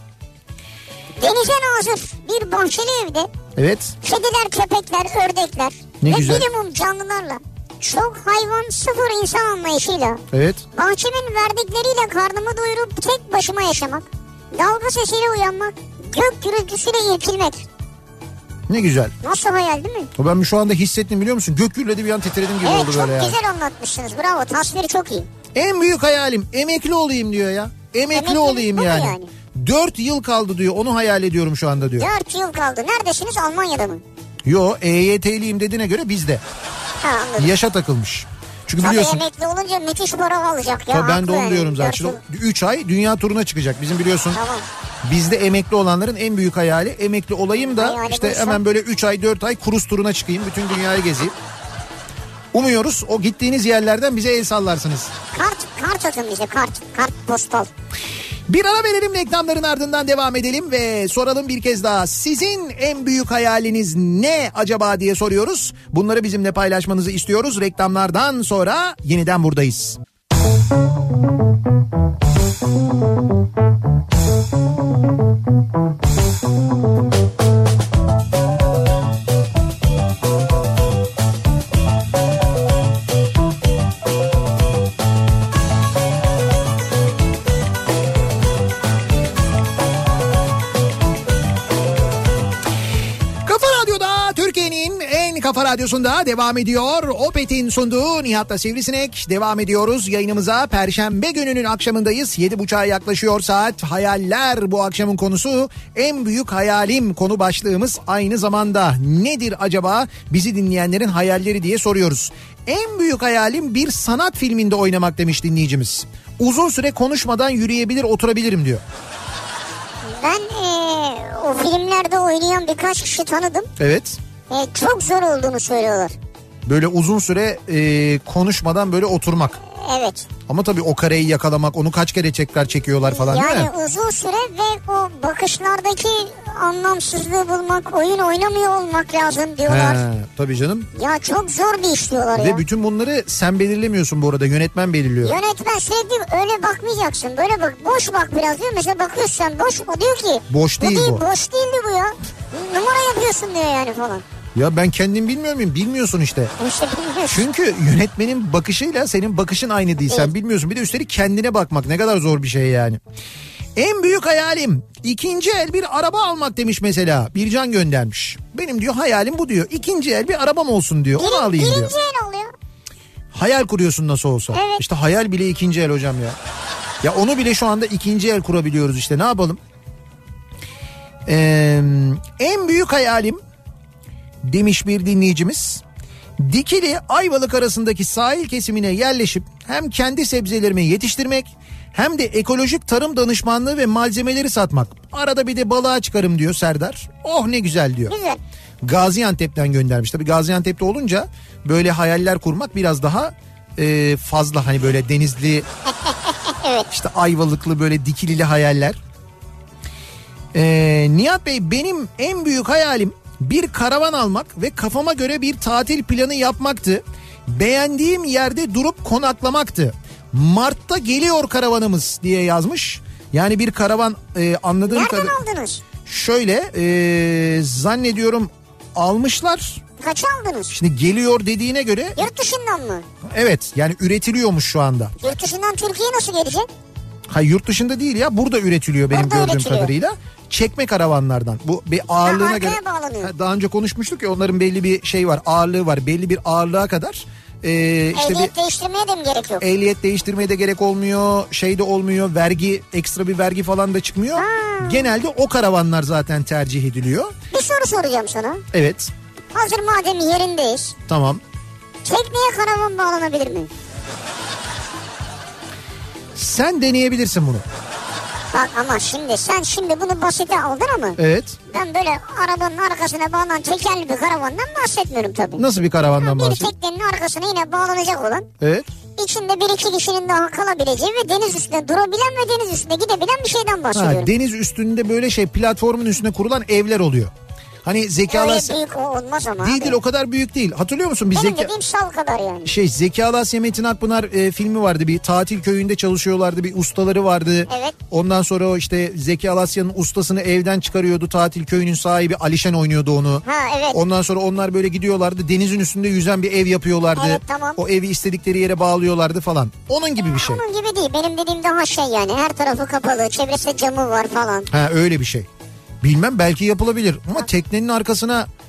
Denize nazır bir bahçeli evde. Evet. Kediler, köpekler, ördekler Ne ve güzel. minimum canlılarla, çok hayvan, sıfır insan anlayışıyla, Evet. bahçemin verdikleriyle karnımı doyurup tek başıma yaşamak, dalga sesiyle uyanmak, gök gürültüsüyle irkilmek. Ne güzel. Nasıl hayal değil mi? Ben şu anda hissettim, biliyor musun? Gök gürledi, bir an titredim gibi Evet, oldu çok böyle yani. güzel anlatmışsınız. Bravo, tasviri çok iyi. En büyük hayalim emekli olayım diyor ya. Emekli olayım yani. 4 yıl kaldı diyor, onu hayal ediyorum şu anda diyor. 4 yıl kaldı. Neredesiniz, Almanya'da mı? Yo, EYT'liyim dediğine göre bizde. Ha, anladım. Yaşa takılmış. Çünkü tabii biliyorsun. emekli olunca müthiş para alacak ya. Tabii ben de onu yani. diyorum zaten. 3 ay dünya turuna çıkacak. Bizim biliyorsun. Tamam. Bizde emekli olanların en büyük hayali emekli olayım da hayali işte buysa. hemen böyle 3 ay 4 ay kruz turuna çıkayım. Bütün dünyayı gezeyim. Umuyoruz o gittiğiniz yerlerden bize el sallarsınız. Kart atın bize, kart postal. Bir ara verelim, reklamların ardından devam edelim ve soralım bir kez daha. Sizin en büyük hayaliniz ne acaba diye soruyoruz. Bunları bizimle paylaşmanızı istiyoruz. Reklamlardan sonra yeniden buradayız. Kafa Radyosu'nda devam ediyor. Opet'in sunduğu Nihat'la Sivrisinek. Devam ediyoruz yayınımıza. Perşembe gününün akşamındayız. 7.30'a yaklaşıyor saat. Hayaller bu akşamın konusu. En büyük hayalim konu başlığımız aynı zamanda. Nedir acaba bizi dinleyenlerin hayalleri diye soruyoruz. En büyük hayalim bir sanat filminde oynamak demiş dinleyicimiz. Uzun süre konuşmadan yürüyebilir, oturabilirim diyor. Ben o filmlerde oynayan birkaç kişi tanıdım. Evet. Çok zor olduğunu söylüyorlar. Böyle uzun süre konuşmadan böyle oturmak. Evet. Ama tabii o kareyi yakalamak, onu kaç kere tekrar çekiyorlar falan değil mi? Yani uzun süre ve o bakışlardaki anlamsızlığı bulmak, oyun oynamıyor olmak lazım diyorlar. Tabii canım. Ya çok zor bir iş diyorlar ya. Ve bütün bunları sen belirlemiyorsun bu arada, yönetmen belirliyor. Yönetmen sürekli öyle bakmayacaksın, böyle bak, boş bak biraz diyor. Mesela bakıyorsun sen boş, o diyor ki boş değil bu. Boş değildi bu ya. Numara yapıyorsun diyor yani falan. Ya ben kendim bilmiyor muyum? Bilmiyorsun işte. İşte bilmiyorsun. Çünkü yönetmenin bakışıyla senin bakışın aynı değil. Sen bilmiyorsun. Bir de üstelik kendine bakmak ne kadar zor bir şey yani. En büyük hayalim ikinci el bir araba almak demiş mesela. Bircan göndermiş. Benim diyor hayalim bu diyor. İkinci el bir arabam olsun diyor. Onu alayım diyor. Birinci el oluyor. Hayal kuruyorsun nasıl olsa. Evet. İşte hayal bile ikinci el hocam ya. Ya onu bile şu anda ikinci el kurabiliyoruz işte, ne yapalım? En büyük hayalim demiş bir dinleyicimiz, Dikili Ayvalık arasındaki sahil kesimine yerleşip hem kendi sebzelerimi yetiştirmek hem de ekolojik tarım danışmanlığı ve malzemeleri satmak. Arada bir de balığa çıkarım diyor Serdar. Oh ne güzel diyor. Güzel. Gaziantep'ten göndermiş. Tabii Gaziantep'te olunca böyle hayaller kurmak biraz daha fazla, hani böyle denizli evet. işte Ayvalıklı böyle Dikilili hayaller. Nihat Bey, benim en büyük hayalim bir karavan almak ve kafama göre bir tatil planı yapmaktı. Beğendiğim yerde durup konaklamaktı. Mart'ta geliyor karavanımız diye yazmış. Yani bir karavan anladığım kadarıyla. Nereden aldınız? Şöyle zannediyorum almışlar. Kaça aldınız? Şimdi geliyor dediğine göre. Yurt dışından mı? Evet, yani üretiliyormuş şu anda. Yurt dışından Türkiye'ye nasıl gelecek? Hayır, yurt dışında değil ya, burada üretiliyor benim burada gördüğüm üretiliyor. kadarıyla. Çekme karavanlardan. Bu bir ağırlığına göre. Bağlanıyor. Daha önce konuşmuştuk ya, onların belli bir şey var, ağırlığı var. Belli bir ağırlığa kadar. Ehliyet değiştirmeye de mi gerek yok? Ehliyet değiştirmeye de gerek olmuyor. Şey de olmuyor. Vergi, ekstra bir vergi falan da çıkmıyor. Genelde o karavanlar zaten tercih ediliyor. Bir soru soracağım sana. Evet. Hazır madem yerindeyiz. Tamam. Tekneye karavan bağlanabilir mi? Sen deneyebilirsin bunu. Bak ama sen şimdi bunu basite aldın ama. Evet. Ben böyle arabanın arkasına bağlanan tekerli bir karavandan bahsetmiyorum tabii. Nasıl bir karavandan bahsediyorsun? Bir teknenin arkasına yine bağlanacak olan. Evet. İçinde bir iki kişinin daha kalabileceği ve deniz üstünde durabilen ve deniz üstünde gidebilen bir şeyden bahsediyorum. Deniz üstünde böyle platformun üstüne kurulan evler oluyor. Hani Zeki Alasya... Öyle büyük olmaz ama Değil o kadar büyük değil. Hatırlıyor musun? Benim dediğim sal kadar yani. Zeki Alasya Metin Akpınar filmi vardı. Bir tatil köyünde çalışıyorlardı. Bir ustaları vardı. Evet. Ondan sonra o işte Zeki Alasya'nın ustasını evden çıkarıyordu. Tatil köyünün sahibi Alişen oynuyordu onu. Ha evet. Ondan sonra onlar böyle gidiyorlardı. Denizin üstünde yüzen bir ev yapıyorlardı. Evet, tamam. O evi istedikleri yere bağlıyorlardı falan. Onun gibi bir şey. Onun gibi değil. Benim dediğim daha yani. Her tarafı kapalı. Çevresinde camı var falan. Ha öyle bir şey. Bilmem, belki yapılabilir ama teknenin arkasına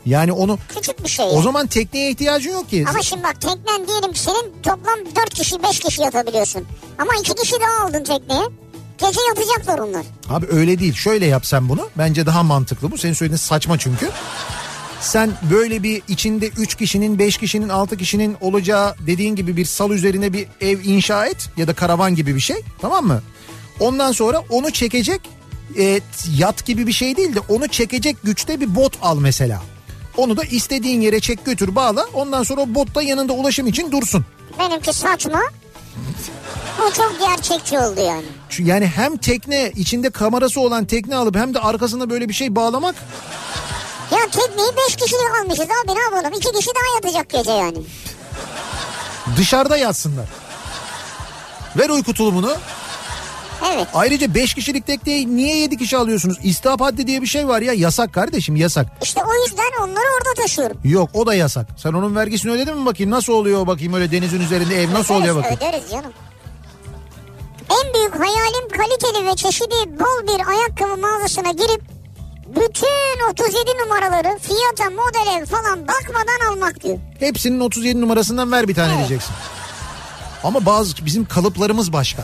Yani onu Küçük bir şey. o zaman tekneye ihtiyacın yok ki. Ama şimdi bak teknen diyelim ki senin toplam 4 kişi 5 kişi yatabiliyorsun. Ama 2 kişi daha aldın tekneye. Gece yatacaklar onlar. Abi öyle değil. Şöyle yap sen bunu. Bence daha mantıklı bu. Senin söylediğin saçma çünkü. Sen böyle bir içinde 3 kişinin, 5 kişinin, 6 kişinin olacağı dediğin gibi bir sal üzerine bir ev inşa et. Ya da karavan gibi bir şey. Tamam mı? Ondan sonra onu çekecek yat gibi bir şey değil de onu çekecek güçte bir bot al mesela. Onu da istediğin yere çek götür bağla. Ondan sonra o bot da yanında ulaşım için dursun. Benimki saçma. O çok gerçekçi oldu yani. Yani hem tekne içinde kamerası olan tekne alıp hem de arkasına böyle bir şey bağlamak. Ya tekneyi 5 kişilik almışız abi, ne yapalım? 2 kişi daha yatacak gece yani. Dışarıda yatsınlar. Ver uyku tulumunu. Evet. Ayrıca 5 kişilik tekneyi niye 7 kişi alıyorsunuz? İstihap haddi diye bir şey var ya, yasak kardeşim, yasak. İşte o yüzden onları orada taşıyorum. Yok, o da yasak. Sen onun vergisini ödedin mi bakayım? Nasıl oluyor bakayım öyle denizin üzerinde ev nasıl oluyor bakayım? Öderiz canım. En büyük hayalim kaliteli ve çeşidi bol bir ayakkabı mağazasına girip bütün 37 numaraları fiyata, modele falan bakmadan almak diyor. Hepsinin 37 numarasından ver bir tane diyeceksin. Ama bazı bizim kalıplarımız başka.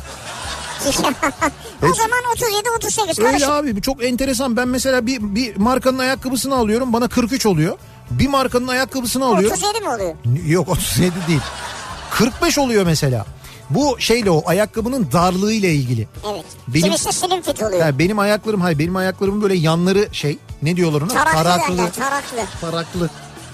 O zaman 37-38 karışık. Öyle abi, bu çok enteresan. Ben mesela bir markanın ayakkabısını alıyorum, bana 43 oluyor. Bir markanın ayakkabısını alıyorum. 37 mi oluyor? Yok 37 değil. 45 oluyor mesela. Bu şeyle, o ayakkabının darlığı ile ilgili. Evet. Benim, kimisi slim fit oluyor. benim ayaklarımın böyle yanları ne diyorlar ona? Taraklı. Taraklı.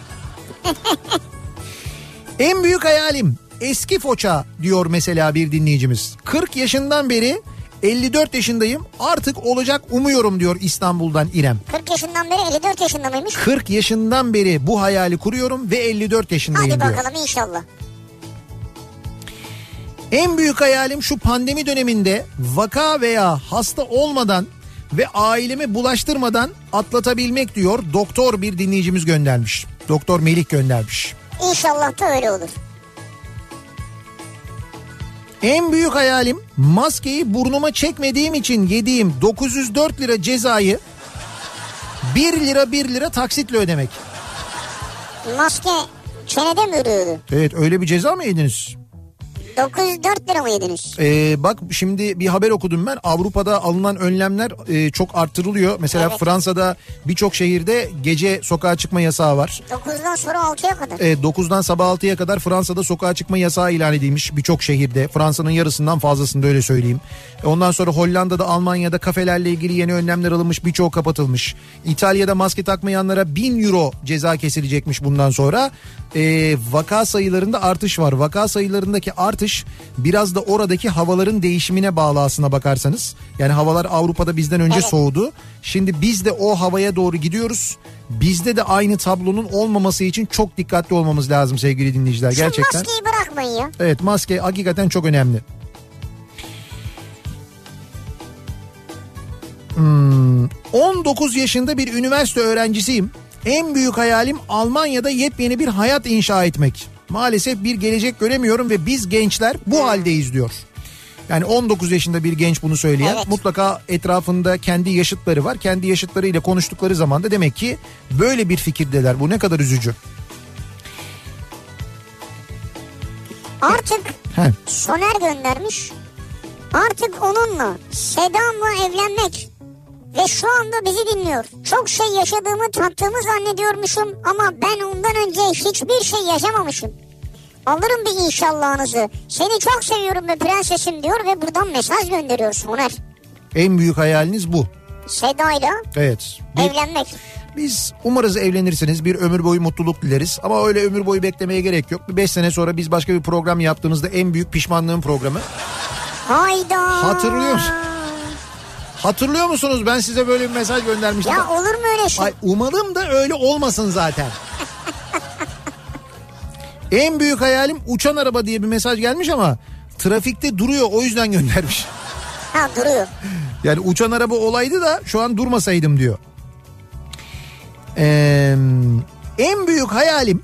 En büyük hayalim eski Foça diyor mesela bir dinleyicimiz. 40 yaşından beri 54 yaşındayım, artık olacak umuyorum diyor İstanbul'dan İrem. 40 yaşından beri 54 yaşında mıymış? 40 yaşından beri bu hayali kuruyorum ve 54 yaşındayım diyor. Hadi bakalım inşallah. En büyük hayalim şu pandemi döneminde vaka veya hasta olmadan ve aileme bulaştırmadan atlatabilmek diyor. Doktor bir dinleyicimiz göndermiş. Doktor Melih göndermiş. İnşallah da öyle olur. En büyük hayalim maskeyi burnuma çekmediğim için yediğim 904 lira cezayı 1 lira taksitle ödemek. Maske çenede mi ürüyordu? Evet, öyle bir ceza mı yediniz? 904 lira mı yediniz? Bak şimdi bir haber okudum ben. Avrupa'da alınan önlemler çok arttırılıyor. Mesela evet. Fransa'da birçok şehirde gece sokağa çıkma yasağı var. 9'dan sonra 6'ya kadar. 9'dan sabah 6'ya kadar Fransa'da sokağa çıkma yasağı ilan edilmiş birçok şehirde. Fransa'nın yarısından fazlasında, öyle söyleyeyim. Ondan sonra Hollanda'da, Almanya'da kafelerle ilgili yeni önlemler alınmış, birçoğu kapatılmış. İtalya'da maske takmayanlara 1000 euro ceza kesilecekmiş bundan sonra. Vaka sayılarında artış var. Vaka sayılarındaki artış biraz da oradaki havaların değişimine bağlı aslına bakarsanız. Yani havalar Avrupa'da bizden önce soğudu. Şimdi biz de o havaya doğru gidiyoruz. Bizde de aynı tablonun olmaması için çok dikkatli olmamız lazım sevgili dinleyiciler. Şu gerçekten. maskeyi bırakmayın ya. Evet, maske hakikaten çok önemli. 19 yaşında bir üniversite öğrencisiyim. En büyük hayalim Almanya'da yepyeni bir hayat inşa etmek. Maalesef bir gelecek göremiyorum ve biz gençler bu haldeyiz diyor. Yani 19 yaşında bir genç bunu söyleyen, mutlaka etrafında kendi yaşıtları var. Kendi yaşıtlarıyla konuştukları zaman da demek ki böyle bir fikirdeler. Bu ne kadar üzücü. Artık Soner göndermiş. Artık onunla, Seda'mla evlenmek ve şu anda bizi dinliyor. Çok şey yaşadığımı, tattığımı zannediyormuşum ama ben ondan önce hiçbir şey yaşamamışım. Alırım bir inşallahınızı. Seni çok seviyorum be prensesim diyor ve buradan mesaj gönderiyor Soner. En büyük hayaliniz bu. Seda'yla evlenmek. Biz umarız evlenirsiniz, bir ömür boyu mutluluk dileriz. Ama öyle ömür boyu beklemeye gerek yok. Bir 5 sene sonra biz başka bir program yaptığımızda en büyük pişmanlığım programı. Hayda. Hatırlıyor musunuz? Ben size böyle bir mesaj göndermiştim. Ya olur mu öyle şey? Ay, umalım da öyle olmasın zaten. En büyük hayalim uçan araba diye bir mesaj gelmiş ama trafikte duruyor, o yüzden göndermiş. Ha, duruyor. Yani uçan araba olaydı da şu an durmasaydım diyor. En büyük hayalim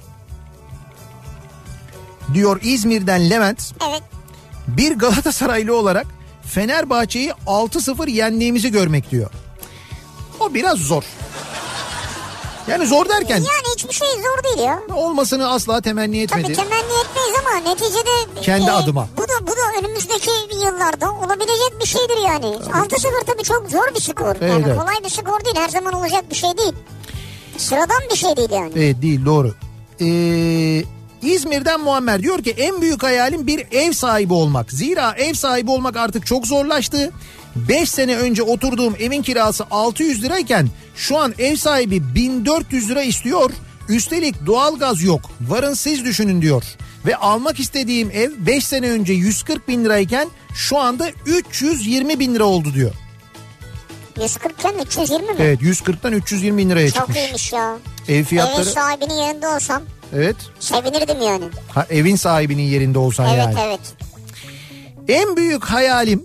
diyor İzmir'den Levent. Evet. Bir Galatasaraylı olarak Fenerbahçe'yi 6-0 yendiğimizi görmek diyor. O biraz zor. Yani zor derken. Yani hiçbir şey zor değil ya. Olmasını asla temenni etmedi. Tabii temenni etmeyiz ama neticede... Kendi adıma. Bu da önümüzdeki yıllarda olabilecek bir şeydir yani. 6-0 tabii çok zor bir skor. Evet, yani evet. kolay bir skor değil. Her zaman olacak bir şey değil. Sıradan bir şey değil yani. Evet, değil, doğru. İzmir'den Muammer diyor ki en büyük hayalim bir ev sahibi olmak. Zira ev sahibi olmak artık çok zorlaştı. 5 sene önce oturduğum evin kirası 600 lirayken şu an ev sahibi 1400 lira istiyor. Üstelik doğalgaz yok. Varın siz düşünün diyor. Ve almak istediğim ev 5 sene önce 140 bin lirayken şu anda 320 bin lira oldu diyor. 140 iken 320 mi? Evet, 140'tan 320 bin liraya Çok çıkmış. iyiymiş ya. Ev fiyatları... Evin sahibinin yerinde olsam Evet. sevinirdim yani. Ha, evin sahibinin yerinde olsan Evet, yani. evet. En büyük hayalim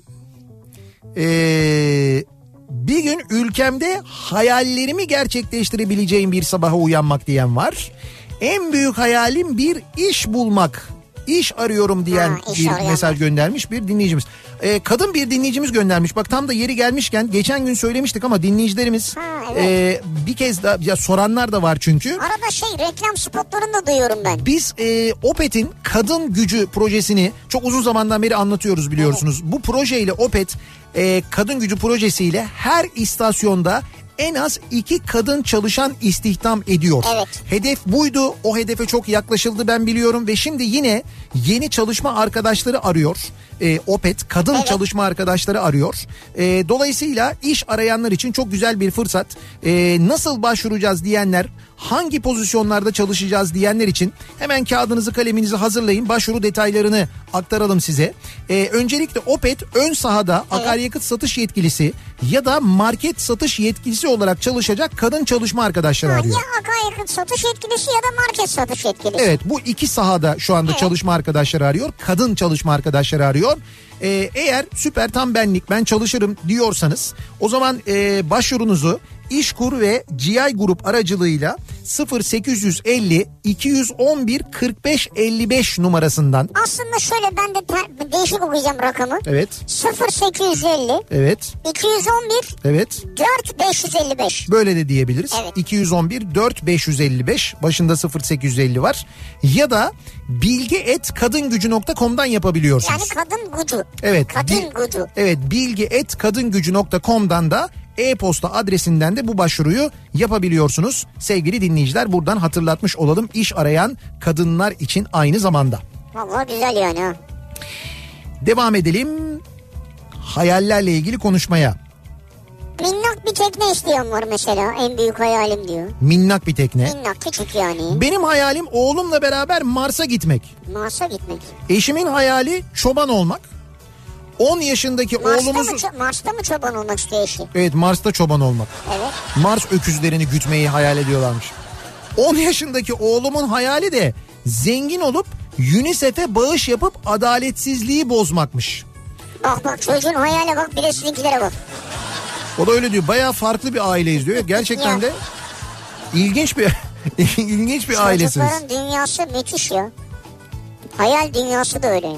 bir gün ülkemde hayallerimi gerçekleştirebileceğim bir sabaha uyanmak diyen var. En büyük hayalim bir iş bulmak. İş arıyorum diyen iş bir arayan mesaj göndermiş bir dinleyicimiz. Kadın bir dinleyicimiz göndermiş. Bak tam da yeri gelmişken geçen gün söylemiştik ama dinleyicilerimiz evet. Bir kez daha ya soranlar da var çünkü. Arada reklam spotlarını da duyuyorum ben. Biz Opet'in kadın gücü projesini çok uzun zamandan beri anlatıyoruz biliyorsunuz. Evet. Bu projeyle Opet kadın gücü projesiyle her istasyonda en az 2 kadın çalışan istihdam ediyor. Evet. Hedef buydu. O hedefe çok yaklaşıldı ben biliyorum ve şimdi yine yeni çalışma arkadaşları arıyor. Opet kadın çalışma arkadaşları arıyor. Dolayısıyla iş arayanlar için çok güzel bir fırsat. Nasıl başvuracağız diyenler, hangi pozisyonlarda çalışacağız diyenler için hemen kağıdınızı kaleminizi hazırlayın. Başvuru detaylarını aktaralım size. Öncelikle Opet ön sahada akaryakıt satış yetkilisi ya da market satış yetkilisi olarak çalışacak kadın çalışma arkadaşları arıyor. Ya akaryakıt satış yetkilisi ya da market satış yetkilisi. Evet, bu iki sahada şu anda çalışma arkadaşları arıyor. Kadın çalışma arkadaşları arıyor. Eğer süper tam benlik ben çalışırım diyorsanız o zaman başvurunuzu İşkur ve GI Grup aracılığıyla 0850 211 45 55 numarasından. Aslında şöyle ben de değişik okuyacağım rakamı. Evet. 0850 Evet. 211 Evet. 4 555. Böyle de diyebiliriz. Evet. 211 4 555 başında 0850 var. Ya da bilgi@kadingücü.com'dan yapabiliyorsunuz. Yani kadın gücü. Evet. Kadın gücü. Evet, bilgi@kadingücü.com'dan da e-posta adresinden de bu başvuruyu yapabiliyorsunuz. Sevgili dinleyiciler, buradan hatırlatmış olalım, iş arayan kadınlar için aynı zamanda. Vallahi güzel yani ha. Devam edelim hayallerle ilgili konuşmaya. Minnak bir tekne isteyen var mesela, en büyük hayalim diyor. Minnak bir tekne. Minnak, küçük yani. Benim hayalim oğlumla beraber Mars'a gitmek. Mars'a gitmek. Eşimin hayali çoban olmak. 10 yaşındaki oğlumuz... Mars'ta mı çoban olmak istiyor eşi? Evet, Mars'ta çoban olmak. Evet. Mars öküzlerini gütmeyi hayal ediyorlarmış. 10 yaşındaki oğlumun hayali de zengin olup UNICEF'e bağış yapıp adaletsizliği bozmakmış. Bak çocuğun hayale bak, bir de sizinkilere bak. O da öyle diyor. Bayağı farklı bir aileyiz diyor. Gerçekten de ilginç bir ilginç bir ailesiniz. Çocukların dünyası müthiş ya. Hayal dünyası da öyle yani.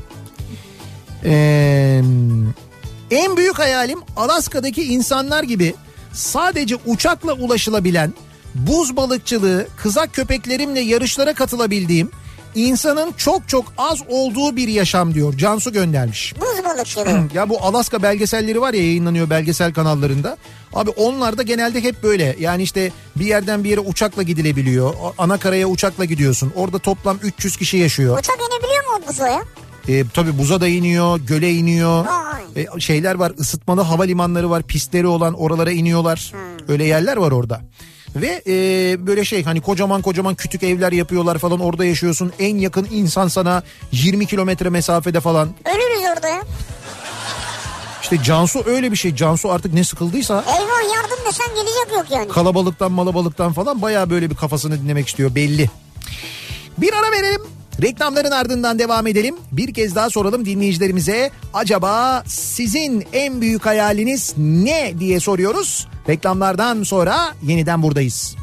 En büyük hayalim Alaska'daki insanlar gibi sadece uçakla ulaşılabilen, buz balıkçılığı, kızak köpeklerimle yarışlara katılabildiğim, insanın çok çok az olduğu bir yaşam diyor. Cansu göndermiş. Buz balıkçılığı. Ya bu Alaska belgeselleri var ya, yayınlanıyor belgesel kanallarında. Abi onlar da genelde hep böyle. Yani işte bir yerden bir yere uçakla gidilebiliyor. Anakaraya uçakla gidiyorsun. Orada toplam 300 kişi yaşıyor. Uçak inebiliyor mu o buza ya? Tabii buza da iniyor, göle iniyor. Şeyler var, ısıtmalı havalimanları var, pistleri olan, oralara iniyorlar. Öyle yerler var orada. Ve böyle hani kocaman küçük evler yapıyorlar falan, orada yaşıyorsun. En yakın insan sana 20 kilometre mesafede falan. Ölürüz orada ya. İşte Cansu öyle bir şey. Cansu artık ne sıkıldıysa. Eyvah, yardım desen gelecek yok yani. Kalabalıktan falan bayağı böyle bir kafasını dinlemek istiyor belli. Bir ara verelim. Reklamların ardından devam edelim. Bir kez daha soralım dinleyicilerimize. Acaba sizin en büyük hayaliniz ne diye soruyoruz. Reklamlardan sonra yeniden buradayız.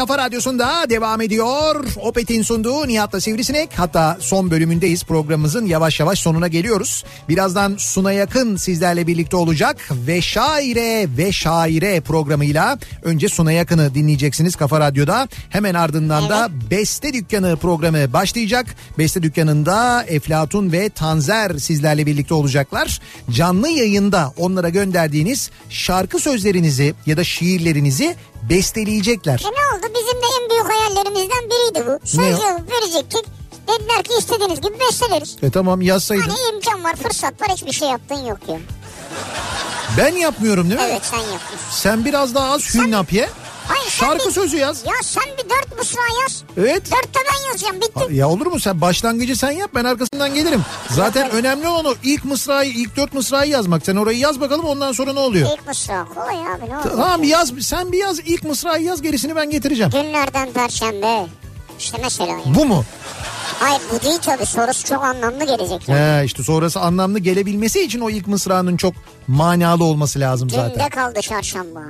Kafa Radyosu'nda devam ediyor. Opet'in sunduğu Nihat'la Sivrisinek. Hatta son bölümündeyiz. Programımızın yavaş yavaş sonuna geliyoruz. Birazdan Suna Yakın sizlerle birlikte olacak. Ve Şaire programıyla önce Suna Yakın'ı dinleyeceksiniz Kafa Radyo'da. Hemen ardından da Beste Dükkanı programı başlayacak. Beste Dükkanı'nda Eflatun ve Tanzer sizlerle birlikte olacaklar. Canlı yayında onlara gönderdiğiniz şarkı sözlerinizi ya da şiirlerinizi besteleyecekler. Ne oldu? Bizim de en büyük hayallerimizden biriydi bu. Söz yazıp verecektik. Dediler ki istediğiniz gibi besteleriz. Tamam yazsaydın. Hani imkan var, fırsat var, hiçbir şey yaptığın yok diyor. Ben yapmıyorum değil mi? Evet, sen yapıyorsun. Sen biraz daha az hünnap ye. Hayır, şarkı sözü yaz. Ya sen bir 4 mısra yaz. Evet. 4 de ben yazacağım, bitti. Ya olur mu, sen başlangıcı sen yap, ben arkasından gelirim. Zaten önemli olan o ilk mısrayı, ilk 4 mısrayı yazmak. Sen orayı yaz bakalım, ondan sonra ne oluyor? İlk mısra kolay abi, ne olur. Tamam yaz, sen bir yaz, ilk mısrayı yaz, gerisini ben getireceğim. Günlerden Perşembe. İşte mesela. Yani. Bu mu? Hayır, bu değil tabii, sonrası çok anlamlı gelecek. Yani. İşte sonrası anlamlı gelebilmesi için o ilk mısranın çok manalı olması lazım zaten. Dünde kaldı çarşamba.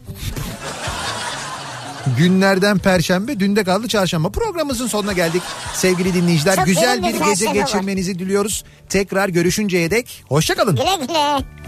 Günlerden Perşembe, dünde kaldı çarşamba. Programımızın sonuna geldik sevgili dinleyiciler. Çok güzel bir gece felsefe geçirmenizi diliyoruz. Tekrar görüşünceye dek hoşça kalın. Güle güle.